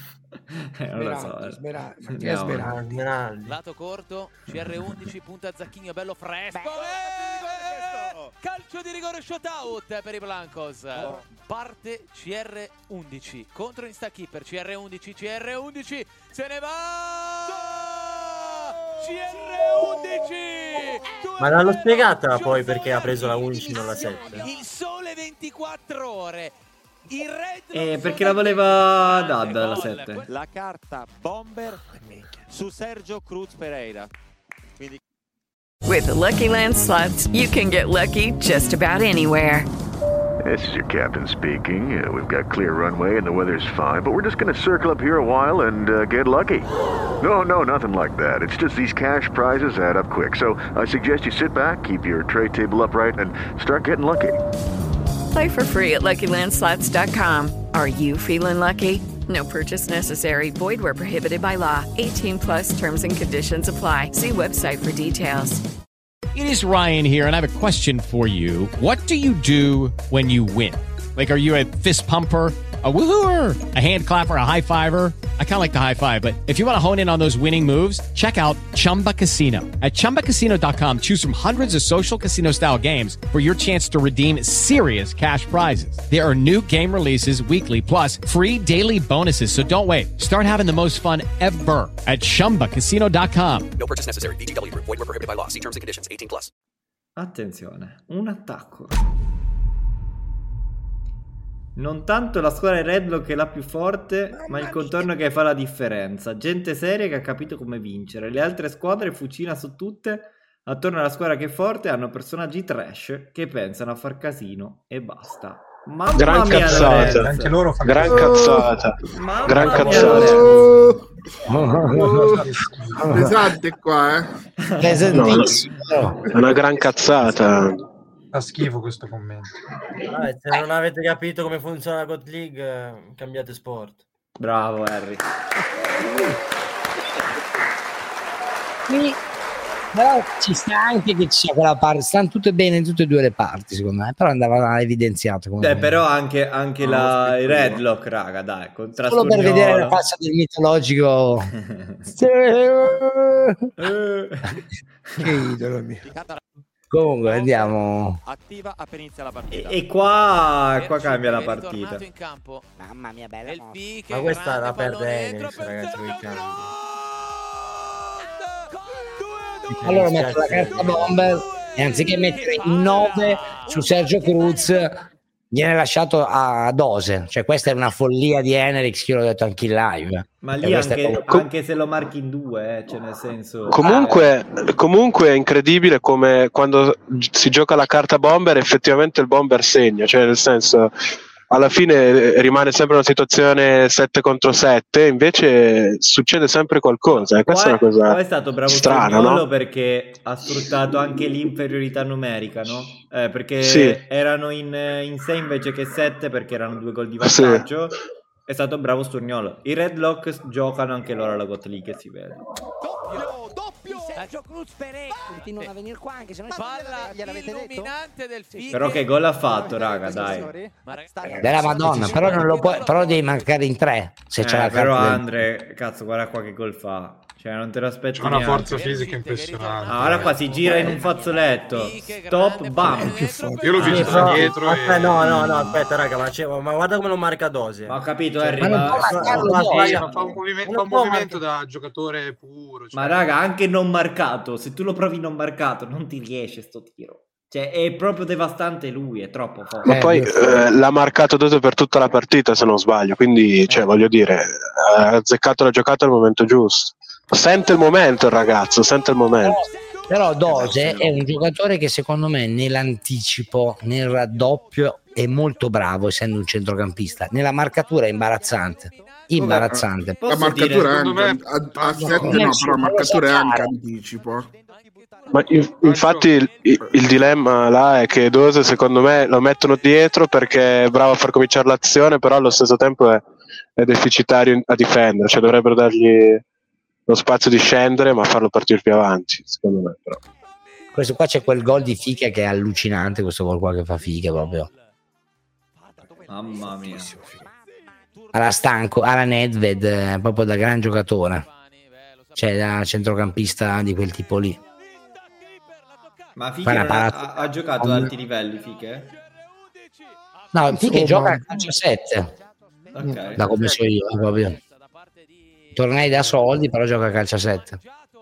Eh, non lo so. Smeraldi, eh. Mattia Andiamo. Smeraldi. Lato corto, C R undici, punta Zacchigno, bello fresco. Eh, calcio di rigore, shootout per i Blancos. Parte C R undici contro Insta Keeper. C R undici, C R undici, se ne va! C R undici! Ma l'hanno spiegata poi perché ha preso la undici non la sette? Il sole ventiquattro ore. Il Red Eh, perché la voleva Dad la sette. La carta bomber su Sergio Cruz Pereira. Quindi With the Lucky Land Slots, you can get lucky just about anywhere. This is your captain speaking. Uh, we've got clear runway and the weather's fine, but we're just going to circle up here a while and uh, get lucky. No, no, nothing like that. It's just these cash prizes add up quick. So I suggest you sit back, keep your tray table upright, and start getting lucky. Play for free at Lucky Land Slots dot com. Are you feeling lucky? No purchase necessary. Void where prohibited by law. eighteen plus terms and conditions apply. See website for details. It is Ryan here, and I have a question for you. What do you do when you win? Like, are you a fist pumper, a woohooer, a hand clapper, a high fiver? I kind of like the high five, but if you want to hone in on those winning moves, check out Chumba Casino. At chumba casino dot com, choose from hundreds of social casino style games for your chance to redeem serious cash prizes. There are new game releases weekly, plus free daily bonuses. So don't wait. Start having the most fun ever at chumba casino dot com. No purchase necessary. V G W Group. Void where prohibited by law. See terms and conditions. eighteen plus. Attenzione, un attacco. Non tanto la squadra Redlock è la più forte, ma il contorno che fa la differenza. Gente seria che ha capito come vincere. Le altre squadre fucina su tutte. Attorno alla squadra che è forte hanno personaggi trash che pensano a far casino e basta. Mamma Gran mia, cazzata. Lorenzo. Anche loro fanno Gran cazzata. Mamma Gran mia, cazzata. Oh, pesante qua, eh. Pesantissimo. No, è una gran cazzata. Fa schifo questo commento. Vabbè, se non avete capito come funziona la God League, eh, cambiate sport. Bravo Harry. Quindi, però ci sta anche che ci sia quella parte, stanno tutte bene in tutte e due le parti secondo me, però andava evidenziato come Beh, però anche, anche No, la, lo il Redlock, raga, dai, contra solo per Sturniolo. vedere la faccia del mitologico. Che idolo mio. Comunque andiamo. attiva appena inizia la partita. E qua, qua cambia la partita. in campo. Mamma mia, bella mossa. Ma questa la perde Enix, ragazzi, voi cambio. Allora metto la carta bomber e anziché mettere in nove su Sergio Cruz viene lasciato a dose, cioè questa è una follia di Enerix, che io l'ho detto anche in live. Ma E lì questa è anche, proprio- anche se lo marchi in due, eh, cioè nel senso... Comunque, comunque è incredibile come quando gi- si gioca la carta bomber effettivamente il bomber segna, cioè nel senso alla fine eh, rimane sempre una situazione sette contro sette, invece succede sempre qualcosa e questa è una cosa Poi è stato bravo strana, Sturniolo no? perché ha sfruttato anche l'inferiorità numerica, no? Eh, perché Sì. erano in, in sei invece che sette perché erano due gol di Sì. vantaggio. È stato bravo Sturniolo. I Redlock giocano anche loro alla God League, si vede. Sergio Cruz Pereira continuano a venire qua anche se noi Palla gliel'avete detto? illuminante del Fiche. Però che gol ha fatto, raga, dai. della Madonna, però non lo puoi, però devi mancare in tre se c'è Eh, la però carta del- Andre, cazzo, guarda qua che gol fa. Cioè, non te lo aspetti C'ha una neanche. forza fisica impressionante. Ah, ora qua si gira in un fazzoletto. Stop, bam. Io l'ho visto da dietro Aspetta, e... no, no, no, aspetta, raga, ma, c'è- ma guarda come lo marca Dose. Ma ho capito, Cioè, Harry, ma ma... non può marcarlo ma- Dose. Sì, ma fa un movimento, fa un può movimento da giocatore puro. cioè- Ma raga, anche non marcato, se tu lo provi non marcato, non ti riesce sto tiro. Cioè, è proprio devastante lui, è troppo forte. Ma poi eh, l'ha marcato Dose per tutta la partita se non sbaglio, quindi cioè, voglio dire ha azzeccato la giocata al momento giusto. Sente il momento il ragazzo, sente il momento. Però Dose è un giocatore che secondo me nell'anticipo, nel raddoppio è molto bravo, essendo un centrocampista. Nella marcatura è imbarazzante, imbarazzante. La marcatura è anche a, a sette no, però la marcatura è anche anticipo. Ma in- infatti il, il dilemma là è che Dose secondo me lo mettono dietro perché è bravo a far cominciare l'azione, però allo stesso tempo è, è deficitario a difendere, cioè dovrebbero dargli lo spazio di scendere ma farlo partire più avanti, secondo me. Però. Questo qua c'è quel gol di Fica che è allucinante, questo gol qua che fa Fica proprio. Mamma mia. alla Stanco, alla Nedved, eh, proprio da gran giocatore, cioè da centrocampista di quel tipo lì. Ma Fiche Fa una non ha, parata- ha- ha giocato ad alti livelli, Fiche? No, Fiche Insomma. gioca a calcio sette, Ok. da come so io, eh, proprio. Tornei da soldi, però gioca a calcio a sette.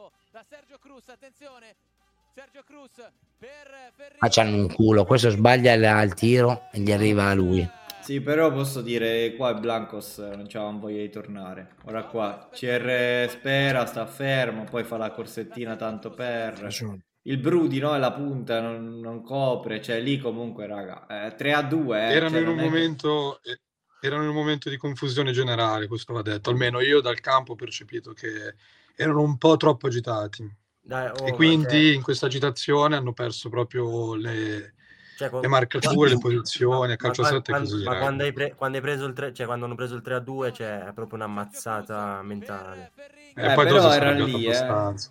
Ma c'hanno un culo, questo sbaglia il, il tiro e gli arriva a lui. Sì, però posso dire qua il Blancos non c'aveva voglia di tornare. Ora qua C R spera, sta fermo, poi fa la corsettina tanto per... Il Brudi, no? È la punta, non, non copre, cioè lì comunque, raga, eh, tre a due. Eh, erano cioè, in un non è che- momento eh, erano in un momento di confusione generale, questo va detto, almeno io dal campo ho percepito che erano un po' troppo agitati. Dai, oh, E ma quindi cioè- in questa agitazione hanno perso proprio le, Cioè, con- le marcature, le posizioni, a calcio ma, sette e quando, così. ma raga. quando hai, pre- quando hai preso il tre, cioè quando hanno preso il tre a due, cioè è proprio un'ammazzata mentale. E Eh, poi però dopo si è era arrabbiato lì, eh. abbastanza.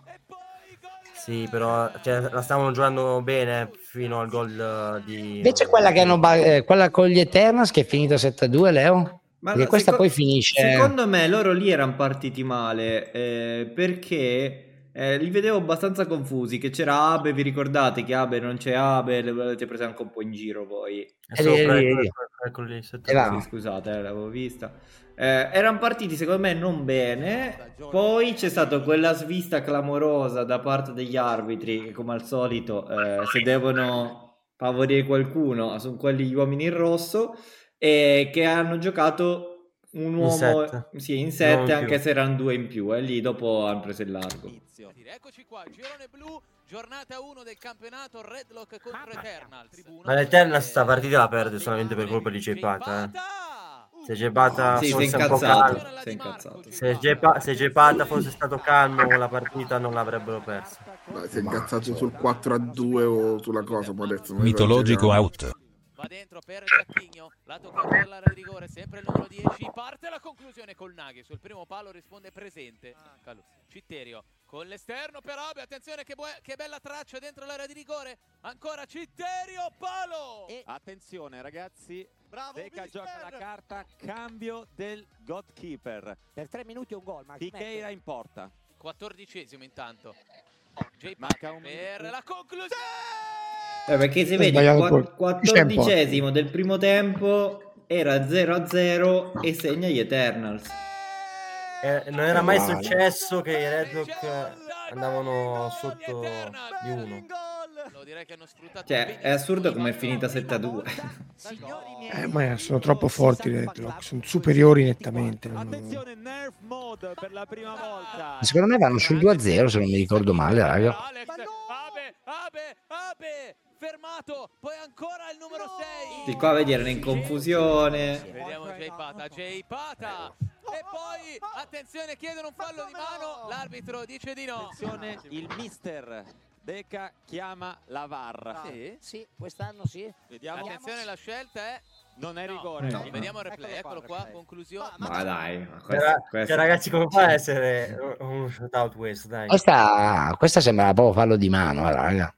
Sì, però cioè, la stavano giocando bene fino al gol eh, di... Invece quella che hanno ba- eh, quella con gli Eternals che è finita sette a due, Leo? Ma Perché no, questa seco- poi finisce. Secondo me loro lì erano partiti male eh, perché eh, li vedevo abbastanza confusi. Che c'era Abe, vi ricordate che Abe non c'è Abe? Le avete prese anche un po' in giro voi. È sopra, lì, eccolo- lì. eccolo lì, sette E a va. due. Sì, scusate, eh, l'avevo vista. Eh, erano partiti secondo me non bene. Poi c'è stata quella svista clamorosa da parte degli arbitri che, come al solito, eh, se devono favorire qualcuno, sono quelli gli uomini in rosso. E che hanno giocato un In uomo sette. sì, in Un sette, uomo in anche più. se erano due in più. E lì dopo hanno preso il largo. Eccoci qua, girone blu, giornata uno del campionato, Redlock contro Eternal. Tribuna. Ma l'Eterna sta partita la perde solamente per colpa di Cepata, eh. Se Cepata Sì, si è fosse un po' incazzato. calmo, Si è incazzato. se Cepa- se Cepata fosse stato calmo la partita non l'avrebbero persa. Beh, si è incazzato sul quattro a due o sulla cosa, ma adesso non Mitologico esageriamo. out. Va dentro per Giacchigno, lato corto dell'area di rigore, sempre il numero dieci, parte la conclusione col Naghi, sul primo palo risponde presente Calu. Citterio con l'esterno per Abe, attenzione che, bue- che bella traccia dentro l'area di rigore, ancora Citterio, palo! E attenzione ragazzi, Deca gioca la carta, cambio del goalkeeper. Per tre minuti un gol, ma Piqueira in porta. quattordicesimo intanto. J. Manca un per la conclusione! Eh, perché se Ho vedi sbagliato qua- poi. quattordicesimo del primo tempo era zero a zero e segna gli Eternals. Eh, non era mai Uguale. successo che i Redlock eh, andavano sotto di uno. Lo direi che hanno sfruttato Cioè, è assurdo come è finita sette a due. Eh, ma sono troppo forti i Redlock, sono superiori nettamente. non- Attenzione, nerf mode per la prima volta. Secondo me vanno sul due a zero, se non mi ricordo male, raga. Alex, Abe, Abe, Abe, fermato, poi ancora il numero sei. Di qua vedi erano in confusione. Vediamo Jay Pata, Jay Pata. E poi, attenzione, chiedono un fallo di mano, l'arbitro dice di no. Attenzione, il mister Deca chiama la V A R. Sì? Sì, quest'anno sì. Vediamo. Attenzione, la scelta è... Non è No. rigore. No. Vediamo il replay, eccolo qua, conclusione. Ma dai, ma Cioè, questo, ra- questo- cioè, ragazzi, come fa a essere uno shootout questo? Dai. Questa, questa sembra proprio fallo di mano, eh, raga.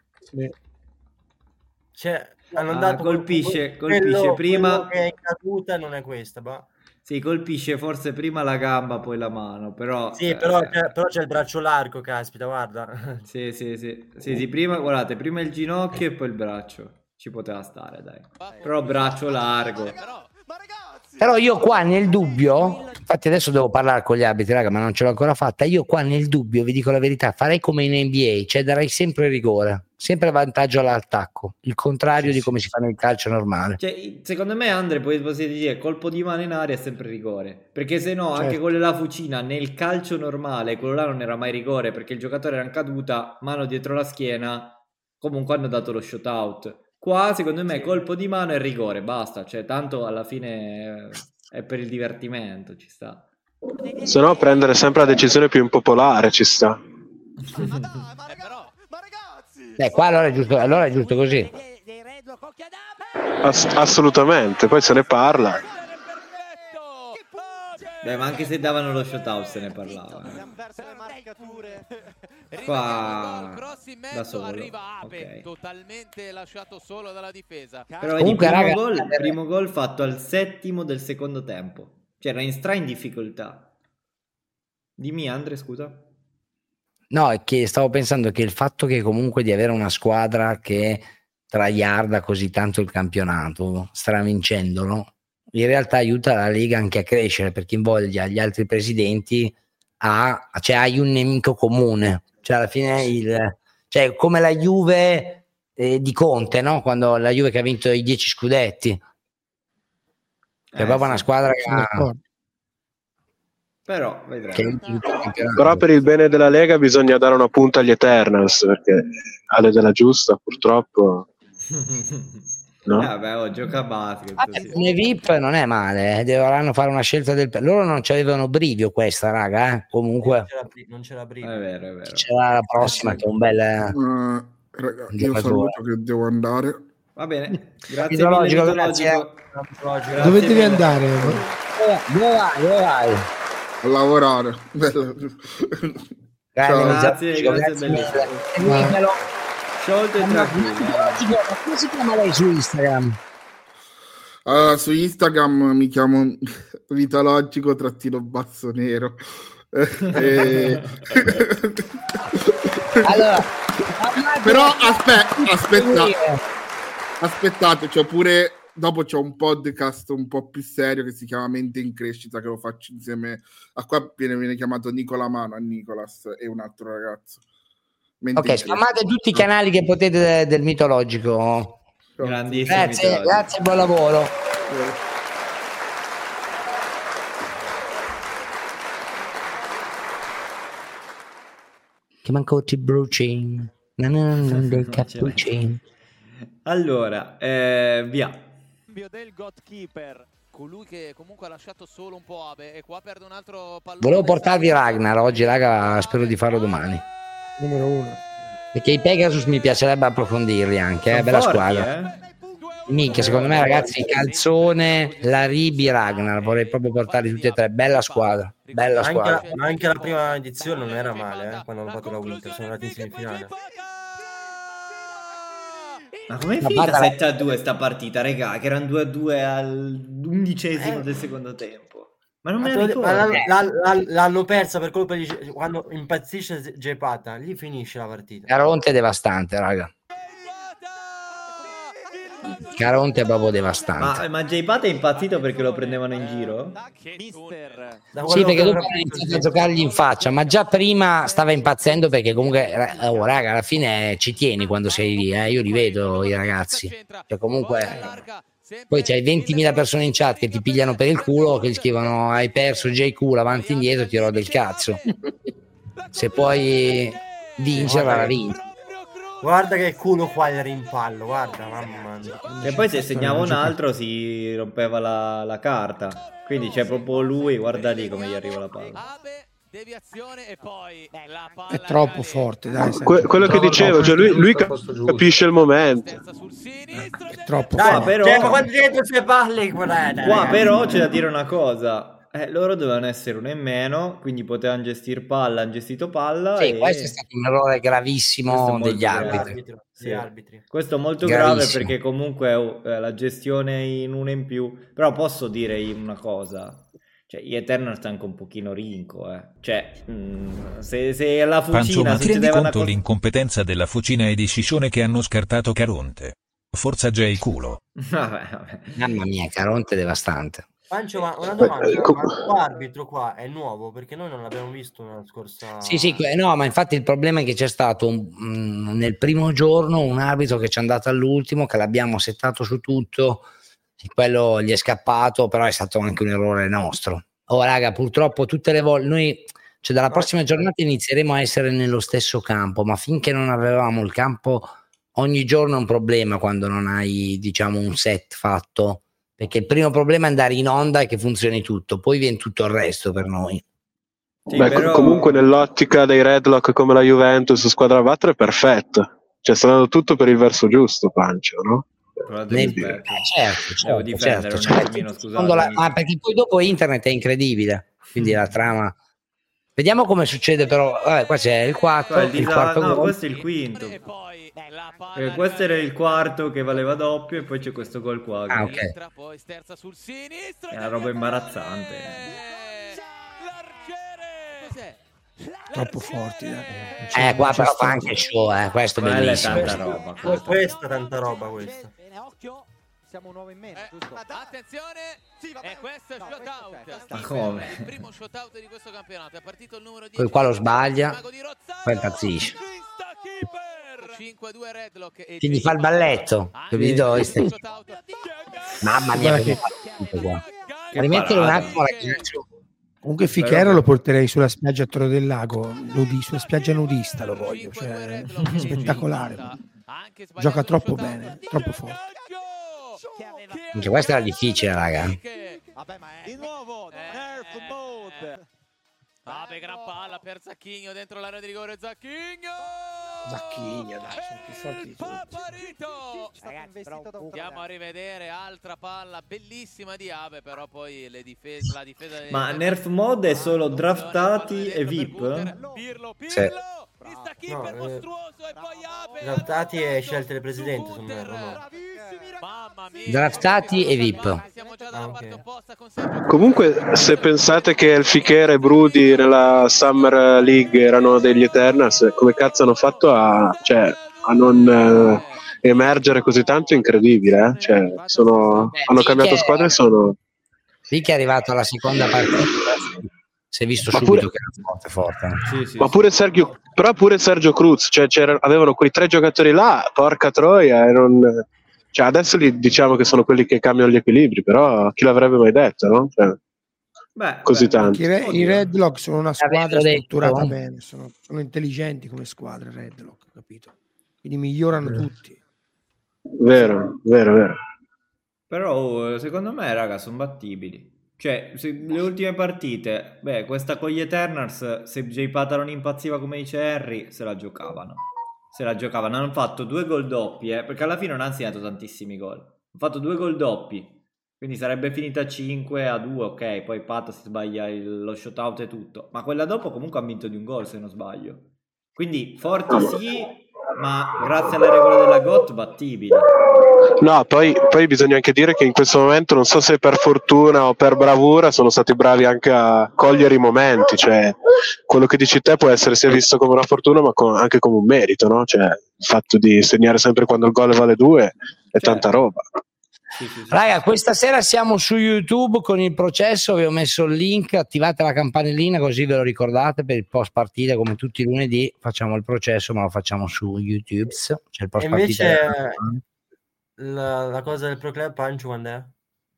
Cioè, hanno Ah, dato colpisce, quello- colpisce prima- quello che è in caduta non è questa, ma... Sì, colpisce forse prima la gamba, poi la mano, però... Sì, eh, però, c'è, però c'è il braccio largo, caspita, guarda. Sì, sì, sì, sì, sì, prima, guardate, prima il ginocchio e poi il braccio. Ci poteva stare, dai. Però braccio largo. Però io qua nel dubbio, infatti adesso devo parlare con gli arbitri, raga, ma non ce l'ho ancora fatta. Io qua nel dubbio, vi dico la verità, farei come in N B A, cioè darei sempre rigore, sempre vantaggio all'attacco, il contrario di come si fa nel calcio normale. Cioè, secondo me, Andre, poi potete dire colpo di mano in aria è sempre rigore. Perché se no, anche Certo. con la fucina, nel calcio normale, quello là non era mai rigore, perché il giocatore era in caduta, mano dietro la schiena, comunque hanno dato lo shootout. Qua, secondo me, colpo di mano è rigore, basta. Cioè, tanto alla fine è per il divertimento, ci sta. Se no, prendere sempre la decisione più impopolare ci sta. Beh, qua allora è giusto, allora è giusto così. Ass- assolutamente, poi se ne parla. Beh, ma anche se davano lo shootout se ne parlava. eh. Qua da solo. Arriva Abe, Ok. totalmente lasciato solo dalla difesa. Però vedi, Comunque, primo raga- gol, primo gol fatto al settimo del secondo tempo. Cioè era in stra in difficoltà. Dimmi Andre, scusa. No, è che stavo pensando che il fatto che comunque di avere una squadra che tryharda così tanto il campionato, stravincendolo, in realtà aiuta la Lega anche a crescere, perché invoglia gli altri presidenti a, cioè hai un nemico comune, cioè alla fine il, cioè come la Juve eh, di Conte, no? Quando la Juve che ha vinto i dieci scudetti, è Eh, proprio sì. una squadra che Sono ha, d'accordo. Però che vedremo. aiuta il campionato. Però per il bene della Lega bisogna dare una punta agli Eternals, perché Ale della Giusta purtroppo no? Eh, vabbè, oh, gioca a basket. Vabbè, Sì. come V I P non è male, eh. Dovranno fare una scelta del loro non c'avevano brivio questa raga, eh. Comunque Non c'era, non c'era Brivio. È vero, è vero. c'era la prossima che è un bel eh, Uh, raga, un io giocatore. saluto che devo andare. Va bene. Grazie Mitologico, mille, grazie. Mitologico. Grazie Dove devi mille. andare? Dove dove vai? Dove vai? A lavorare. Bello. Grande Ciao. Grazie, Mitologico, grazie, mille. bellissimo. Seguitelo. Sciolto e Ma tranquillo. Mitologico, come si chiama lei su Instagram? Allora, su Instagram mi chiamo Vitalogico trattino basso nero. E- Allora, Però aspetta, aspetta, aspettate, c'ho pure dopo c'ho un podcast un po' più serio che si chiama Mente in Crescita, che lo faccio insieme a qua viene, viene chiamato Nicola Mano, a Nicolas e un altro ragazzo. Mente Ok, in spammate Crescita. tutti i canali che potete de- del Mitologico. Grandissimo. Grazie, Mitologico. grazie, buon lavoro. Che manco ti bruci. No, no, no, dei cappuccini. Allora, eh, via. Cambio del goalkeeper, colui che comunque ha lasciato solo un po' Abe, e qua perde un altro pallone. Volevo portarvi Ragnar oggi, raga, spero di farlo domani. Numero uno. Perché i Pegasus mi piacerebbe approfondirli anche, eh, Sono bella forti, squadra. eh? Minchia, secondo me ragazzi, Calzone, la Ribi, Ragnar, vorrei proprio portarli tutti e tre, bella squadra, bella Anche squadra. la, ma anche la prima edizione non era male, eh, quando hanno fatto la Winter, sono andati in semifinale. Ma com'è Ma finita guarda- sette a due sta partita, regà? Che erano due a due all'undicesimo Eh. del secondo tempo. Ma non me Ma la te lo dico, ma l'hanno, ricordo. l'hanno- l'hanno- l'hanno persa per colpa di quando impazzisce Gepata, lì finisce la partita. Caronte è devastante, raga. Caronte è proprio devastante. Ma, ma J-Pat è impazzito perché lo prendevano in giro? Mister. Da Sì, quello perché che dopo avrà- ha iniziato a giocargli in faccia, ma già prima stava impazzendo perché comunque, ra- oh, raga, alla fine ci tieni quando sei lì, eh? Io li vedo i ragazzi. Cioè comunque poi c'hai ventimila persone in chat che ti pigliano per il culo, che gli scrivono hai perso J Q, avanti e indietro, ti rode il cazzo. Se puoi vincere, la vinci. Guarda che culo qua il rimpallo, guarda, mamma mia. E poi se segnava un altro si rompeva la, la carta. Quindi c'è proprio lui, guarda lì come gli arriva la palla. Abe, deviazione e poi la palla È troppo forte, dai. sai. Que- quello che No, no, dicevo, cioè lui, lui al posto giusto. capisce il momento. sul sinistro. È troppo Qua forte. però, Cioè, ma quando dietro queste palle, guardate, qua ragazzi. però c'è da dire una cosa. Eh, loro dovevano essere uno in meno, quindi potevano gestire palla, hanno gestito palla. Sì, e... questo è stato un errore Questo è gravissimo molto degli grave. arbitri. Sì, Sì. arbitri. Questo è molto Gravissimo. grave perché comunque oh, eh, la gestione in una in più. Però posso dire una cosa. Cioè, gli Eternal sta anche un pochino rinco, eh. Cioè, mh, se, se alla Pancio, fucina ma ti rendi succedeva una conto cosa... l'incompetenza della Fucina e di Scissione che hanno scartato Caronte? Forza J culo. Vabbè, vabbè. Mamma mia, Caronte è devastante. Pancio, ma una domanda, Eh, com- ma l'arbitro qua è nuovo? Perché noi non l'abbiamo visto nella scorsa... Sì, sì, que- no, ma infatti il problema è che c'è stato un- mm, nel primo giorno un arbitro che ci è andato all'ultimo, che l'abbiamo settato su tutto, e quello gli è scappato, però è stato anche un errore nostro. Oh raga, purtroppo tutte le volte noi, cioè dalla prossima giornata inizieremo a essere nello stesso campo, ma finché non avevamo il campo ogni giorno è un problema quando non hai, diciamo, un set fatto, perché il primo problema è andare in onda e che funzioni tutto, poi viene tutto il resto per noi. Sì, Beh, però- comunque nell'ottica dei Redlock come la Juventus, squadra a battere, è perfetta. Cioè sta andando tutto per il verso giusto, Pancio, no? Però Nel- devi eh, dire. certo, Devo certo, difendere certo, un certo. attimino, scusate. Secondo la- ma perché poi dopo internet è incredibile, quindi la trama. Vediamo come succede però. Vabbè, qua c'è il quattro, Qua il il disa- quarto no, gol. questo è il quinto. E poi Eh, questo era il quarto che valeva doppio e poi c'è questo gol qua. Ah, che ok. Poi sterza sul sinistro. è una roba imbarazzante. Cos'è? Troppo forti. Eh, Eh, qua però fa anche show, eh. Questo è Quella è bellissimo. tanta roba. Oh, questa. questa è tanta roba questa. Bene, occhio. Siamo un uomo in meno, giusto? Attenzione, e questo è shootout. Ma come? Il primo shootout di questo campionato. È partito il numero dieci. Poi qua lo sbaglia, poi impazzisce. cinque a due Redlock e Quindi fa il balletto, capito? Mamma mia, che fa qua. Rimettilo un attimo ragazzi. Comunque Fichero lo porterei sulla spiaggia a Toro del Lago, nudi, sulla spiaggia nudista lo voglio, cioè spettacolare. Gioca troppo bene, troppo forte. Anche questa era difficile, raga. Vabbè, ma è di nuovo Nerf Mode. Vabbè, gran palla per Zacchigno dentro l'area di rigore. Zacchigno! Zacchigno, dai, sono più forti di tutti. Paparito! Ragazzi, però un Andiamo a rivedere altra palla bellissima di Abe, però poi le difese, la difesa dei Ma Nerf Mode è solo draftati e V I P? Pirlo, Pirlo! Sì. No, eh, draftati e scelte del presidente sono Nerf Mode. Mamma mia! Draftati e V I P. Siamo già dalla Ah, parte ok. opposta con Sergio. Comunque, se pensate che il Fichera e Brudi nella Summer League erano degli Eternals, come cazzo hanno fatto a, cioè, a non eh, emergere così tanto? È incredibile, eh? Cioè, sono, hanno cambiato squadra e sono... Sì, che è arrivato alla seconda partita. Si è visto Ma subito pure- che era forte, forte. Sì, sì, Ma sì. pure Sergio, però pure Sergio Cruz, cioè c'era- avevano quei tre giocatori là, porca troia, e non, cioè adesso li diciamo che sono quelli che cambiano gli equilibri, però chi l'avrebbe mai detto, no? Cioè, Beh, così beh, tanto. I, Re- i Redlock sono una squadra detto. strutturata bene, sono, sono intelligenti come squadra i Redlock, capito? Quindi migliorano tutti. Vero, vero, vero. Però oh, secondo me, raga, sono battibili. Cioè, se- le ultime partite, beh, questa con gli Eternals, se J Pata non impazziva come dice Harry, se la giocavano. Se la giocavano. Hanno fatto due gol doppi, eh, perché alla fine non hanno segnato tantissimi gol. Hanno fatto due gol doppi. Quindi sarebbe finita cinque a due, ok. Poi Pata si sbaglia il- lo shootout e tutto. Ma quella dopo comunque ha vinto di un gol, se non sbaglio. Quindi forti sì, ma grazie alle regole della G O T battibili. No, poi, poi bisogna anche dire che in questo momento, non so se per fortuna o per bravura, sono stati bravi anche a cogliere i momenti, cioè quello che dici te può essere sia visto come una fortuna ma co- anche come un merito, no? Cioè il fatto di segnare sempre quando il gol vale due è tanta roba. Sì, sì, sì. Raga, questa sera siamo su YouTube con il processo, vi ho messo il link, attivate la campanellina così ve lo ricordate per il post partita, come tutti i lunedì facciamo il processo ma lo facciamo su YouTube, c'è il post E partita. invece la, la cosa del Pro Club Pancio quando è?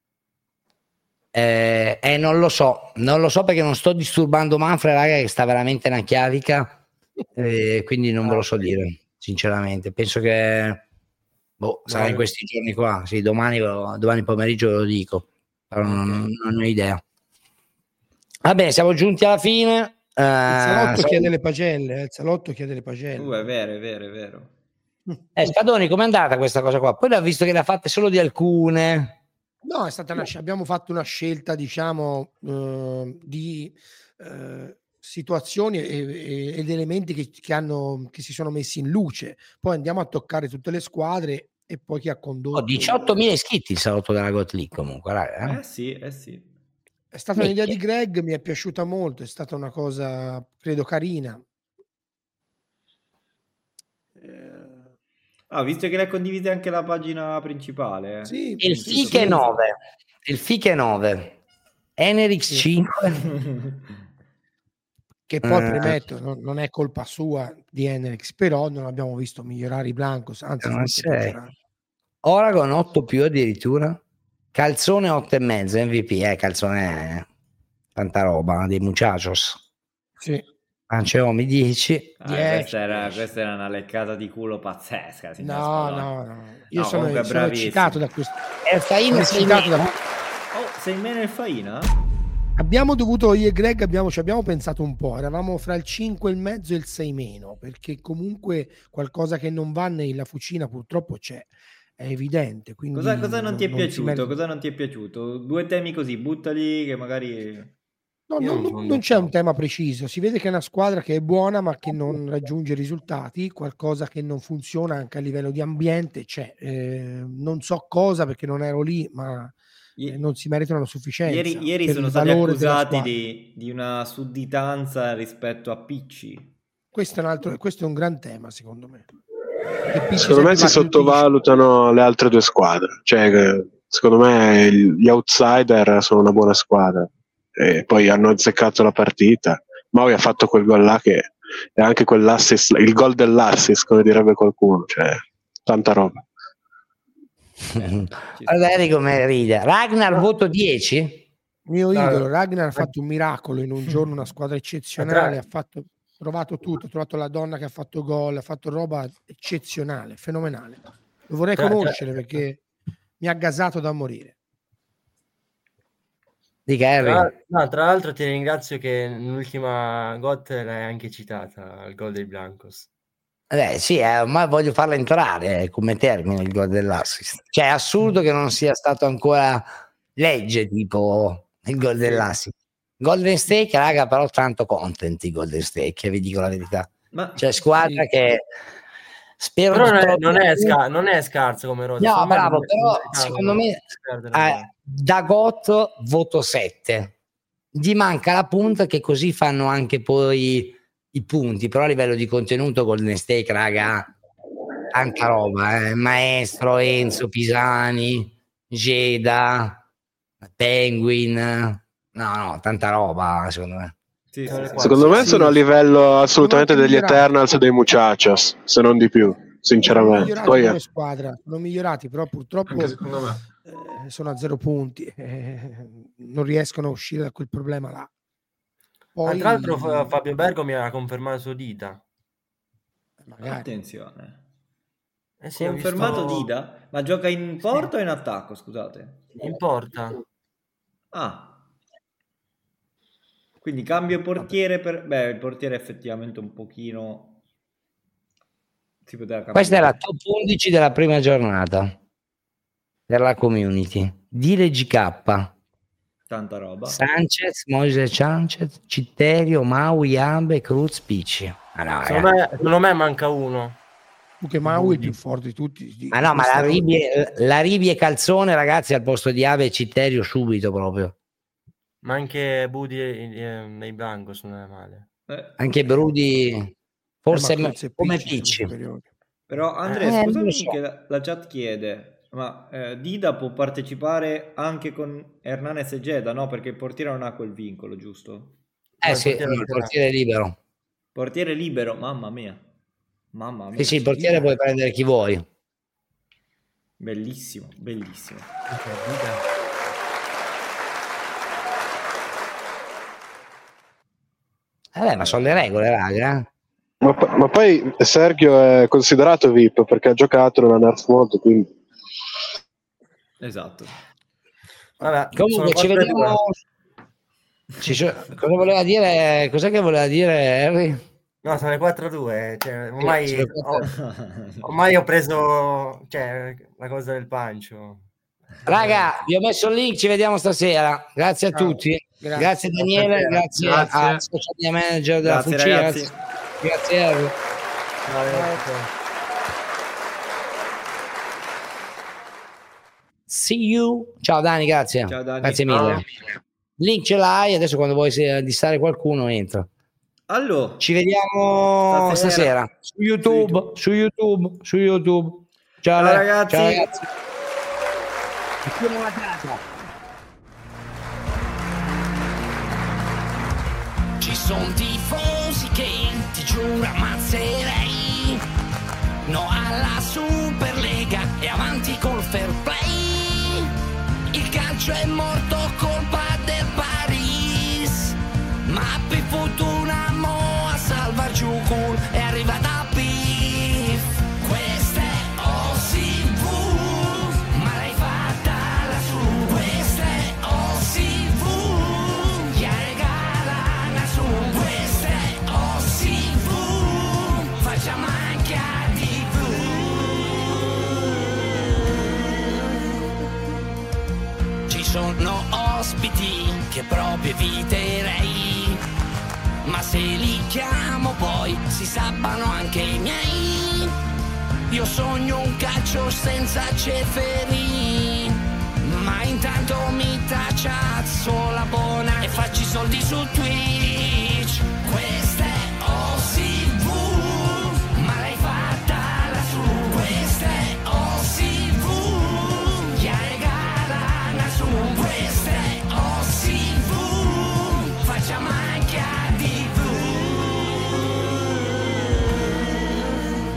Eh, eh, non lo so, non lo so perché non sto disturbando Manfred, raga, che sta veramente una chiavica, eh, quindi non ve lo so dire, sinceramente. Penso che boh, sarà in questi giorni qua, sì, domani, ve lo- domani pomeriggio ve lo dico, però non, non- non ne ho idea. Va bene, siamo giunti alla fine. Il salotto Eh, chiede le pagelle, eh, il salotto chiede le pagelle. Uh, è vero, è vero, è vero. eh, Spadoni, com'è andata questa cosa qua? Poi l'ho visto che le ha fatte solo di alcune. No, è stata una, sc- abbiamo fatto una scelta, diciamo, eh, di eh, situazioni e- e- ed elementi che, che hanno, che si sono messi in luce. Poi andiamo a toccare tutte le squadre e poi chi ha condotto. Ho diciottomila iscritti il salotto della Got League comunque, raga. eh. Eh sì, eh sì. È stata un'idea di Greg, mi è piaciuta molto, è stata una cosa, credo, carina. Ah, visto che l'hai condivisa anche la pagina principale. Eh. Sì, Il sì, Fiche sì. nove, il Fiche nove, Enerix cinque. Che poi Eh. premetto, non, non è colpa sua di Henrix, però non abbiamo visto migliorare i Blancos, anzi Non forse sei. peggiorare. Oragon otto più addirittura. Calzone otto e mezzo, M V P, eh, Calzone è tanta roba, dei muchachos. Sì. Anceomi dieci. Ah, questa, era, questa era una leccata di culo pazzesca. signor No, Spadoni. no, no. Io No, sono, comunque sono bravissimo. eccitato da questo. E Faina sono sei eccitato meno. da- Oh, sei meno il Faina? Abbiamo dovuto, io e Greg abbiamo, ci abbiamo pensato un po', eravamo fra il cinque e il mezzo e il sei meno, perché comunque qualcosa che non va nella fucina purtroppo c'è, è evidente. Quindi Cosa, cosa non ti è si piaciuto? merita- Cosa non ti è piaciuto? Due temi così, buttali che magari... No, Io non, non- non- non non c'è so. un tema preciso, si vede che è una squadra che è buona ma che non raggiunge risultati, qualcosa che non funziona anche a livello di ambiente c'è. Eh, non so cosa perché non ero lì, ma eh, non si meritano la sufficienza Ieri, ieri per sono il stati valore della accusati squadra. di, di una sudditanza rispetto a Picci. Questo è un altro, questo è un gran tema secondo me. Che Picci Secondo me sempre si va più liscio. sottovalutano le altre due squadre. Cioè, che secondo me il- gli outsider sono una buona squadra. E poi hanno azzeccato la partita. Maui ha fatto quel gol là che è anche quell'assist, il gol dell'assist, come direbbe qualcuno. Cioè, tanta roba. Guarda Eric come ride. Ragnar voto dieci? Mio No. idolo, Ragnar ha fatto un miracolo in un giorno, una squadra eccezionale, ha fatto, trovato tutto, ha trovato la donna che ha fatto gol, ha fatto roba eccezionale, fenomenale. Lo vorrei Tra- tra- conoscere perché mi ha gasato da morire. Dica Harry. Tra, no, tra l'altro ti ringrazio che nell'ultima G O T l'hai anche citata al gol dei Blancos. Eh, sì, eh, ma voglio farla entrare eh, come termine il gol dell'assist. Cioè è assurdo che non sia stato ancora legge tipo il gol dell'assist. Golden State, raga, però tanto content i Golden State, vi dico la verità. Ma cioè squadra sì. che spero Però non è, troppo- non è, sca- non è scarso come rosa. No, Secondo me bravo, non- però non meritavano secondo me di perdere eh, la- da G O T voto sette. Gli manca la punta che così fanno anche poi i punti, però a livello di contenuto Golden State, raga, tanta roba, eh. Maestro, Enzo, Pisani, Geda, Penguin, no, no, tanta roba secondo me. Sì, Secondo me sono a livello assolutamente degli Eternals e dei Muchachos, se non di più, Sono sinceramente. migliorati Poi, come eh, squadra, sono migliorati, però purtroppo Anche secondo me. eh, sono a zero punti, eh, non riescono a uscire da quel problema là. Ah, Poi, tra l'altro Fa- Fabio Bergo mi ha confermato Dita. magari. Attenzione. Eh sì, ho Confermato visto- Dida? Ma gioca in porta o in attacco, scusate? In porta. Ah. Quindi cambio portiere per... Beh, il portiere effettivamente un pochino... Si poteva cambiare. Questa è la top undici della prima giornata della community. Dire G K, Tanta roba. Sanchez, Moise Sanchez, Citterio, Maui, Ambe, Cruz, Picci. Ah, no, Secondo ragazzi. me, secondo me manca uno. Che Maui è il più forte di tutti. di- Ma no, di ma la questa- Ribie, la Ribie Calzone, ragazzi, al posto di Ave e Citterio subito proprio. Ma anche Budi eh, nei Blancos non è male. Eh, Anche Brudi, forse Eh, ma Cruz e come Picci sono Picci. superiori. Però Andrea, Eh, non scusami lo so. che la, la chat chiede, ma eh, Dida può partecipare anche con Hernanes e Geda, no? Perché il portiere non ha quel vincolo, giusto? Eh il sì, portiere il non ce l'ha. portiere è libero. Portiere libero, mamma mia. Mamma mia. Sì, sì, il portiere puoi prendere chi vuoi. Bellissimo, bellissimo. Eh beh, ma sono le regole, raga. eh. ma, po- ma poi Sergio è considerato V I P perché ha giocato nella Nerf Mode, quindi Esatto. Vabbè, Comunque sono ci quattro e vediamo. due. Ci so- Cosa voleva dire? Cos'è che voleva dire Harry? No, sono le quattro a due. Cioè, ormai, sono le ho, ormai ho preso cioè, la cosa del pancio. Raga, vi ho messo il link, ci vediamo stasera. Grazie a Ciao. tutti. Grazie, Grazie. Daniele, grazie, Grazie. al social media manager della Grazie, Fucina. ragazzi. Grazie, grazie Harry. See you. Ciao Dani, grazie. Ciao, Dani. Grazie mille. Ciao. Link ce l'hai, adesso quando vuoi se- dissare qualcuno entra. Allora, Ci vediamo Stasera. stasera, su YouTube, su YouTube, su YouTube. Ciao, Ciao, Le- ragazzi. Ciao ragazzi. Chiudo la casa. Ci sono tifosi che ti giuro ammazzerei. No alla Superlega e avanti col fair play. Il calcio è morto colpa del Paris. Ma per fortuna mo a salvar Giucul è arrivata Pif. Questa è O S I V, ma l'hai fatta lassù. Questa è O S I V, gli regala lassù. Questa è O S I V, facciamo anche a tivù. Ci sono ospiti che proprio eviterei, ma se li chiamo poi si sabbano anche i miei. Io sogno un calcio senza ceferini,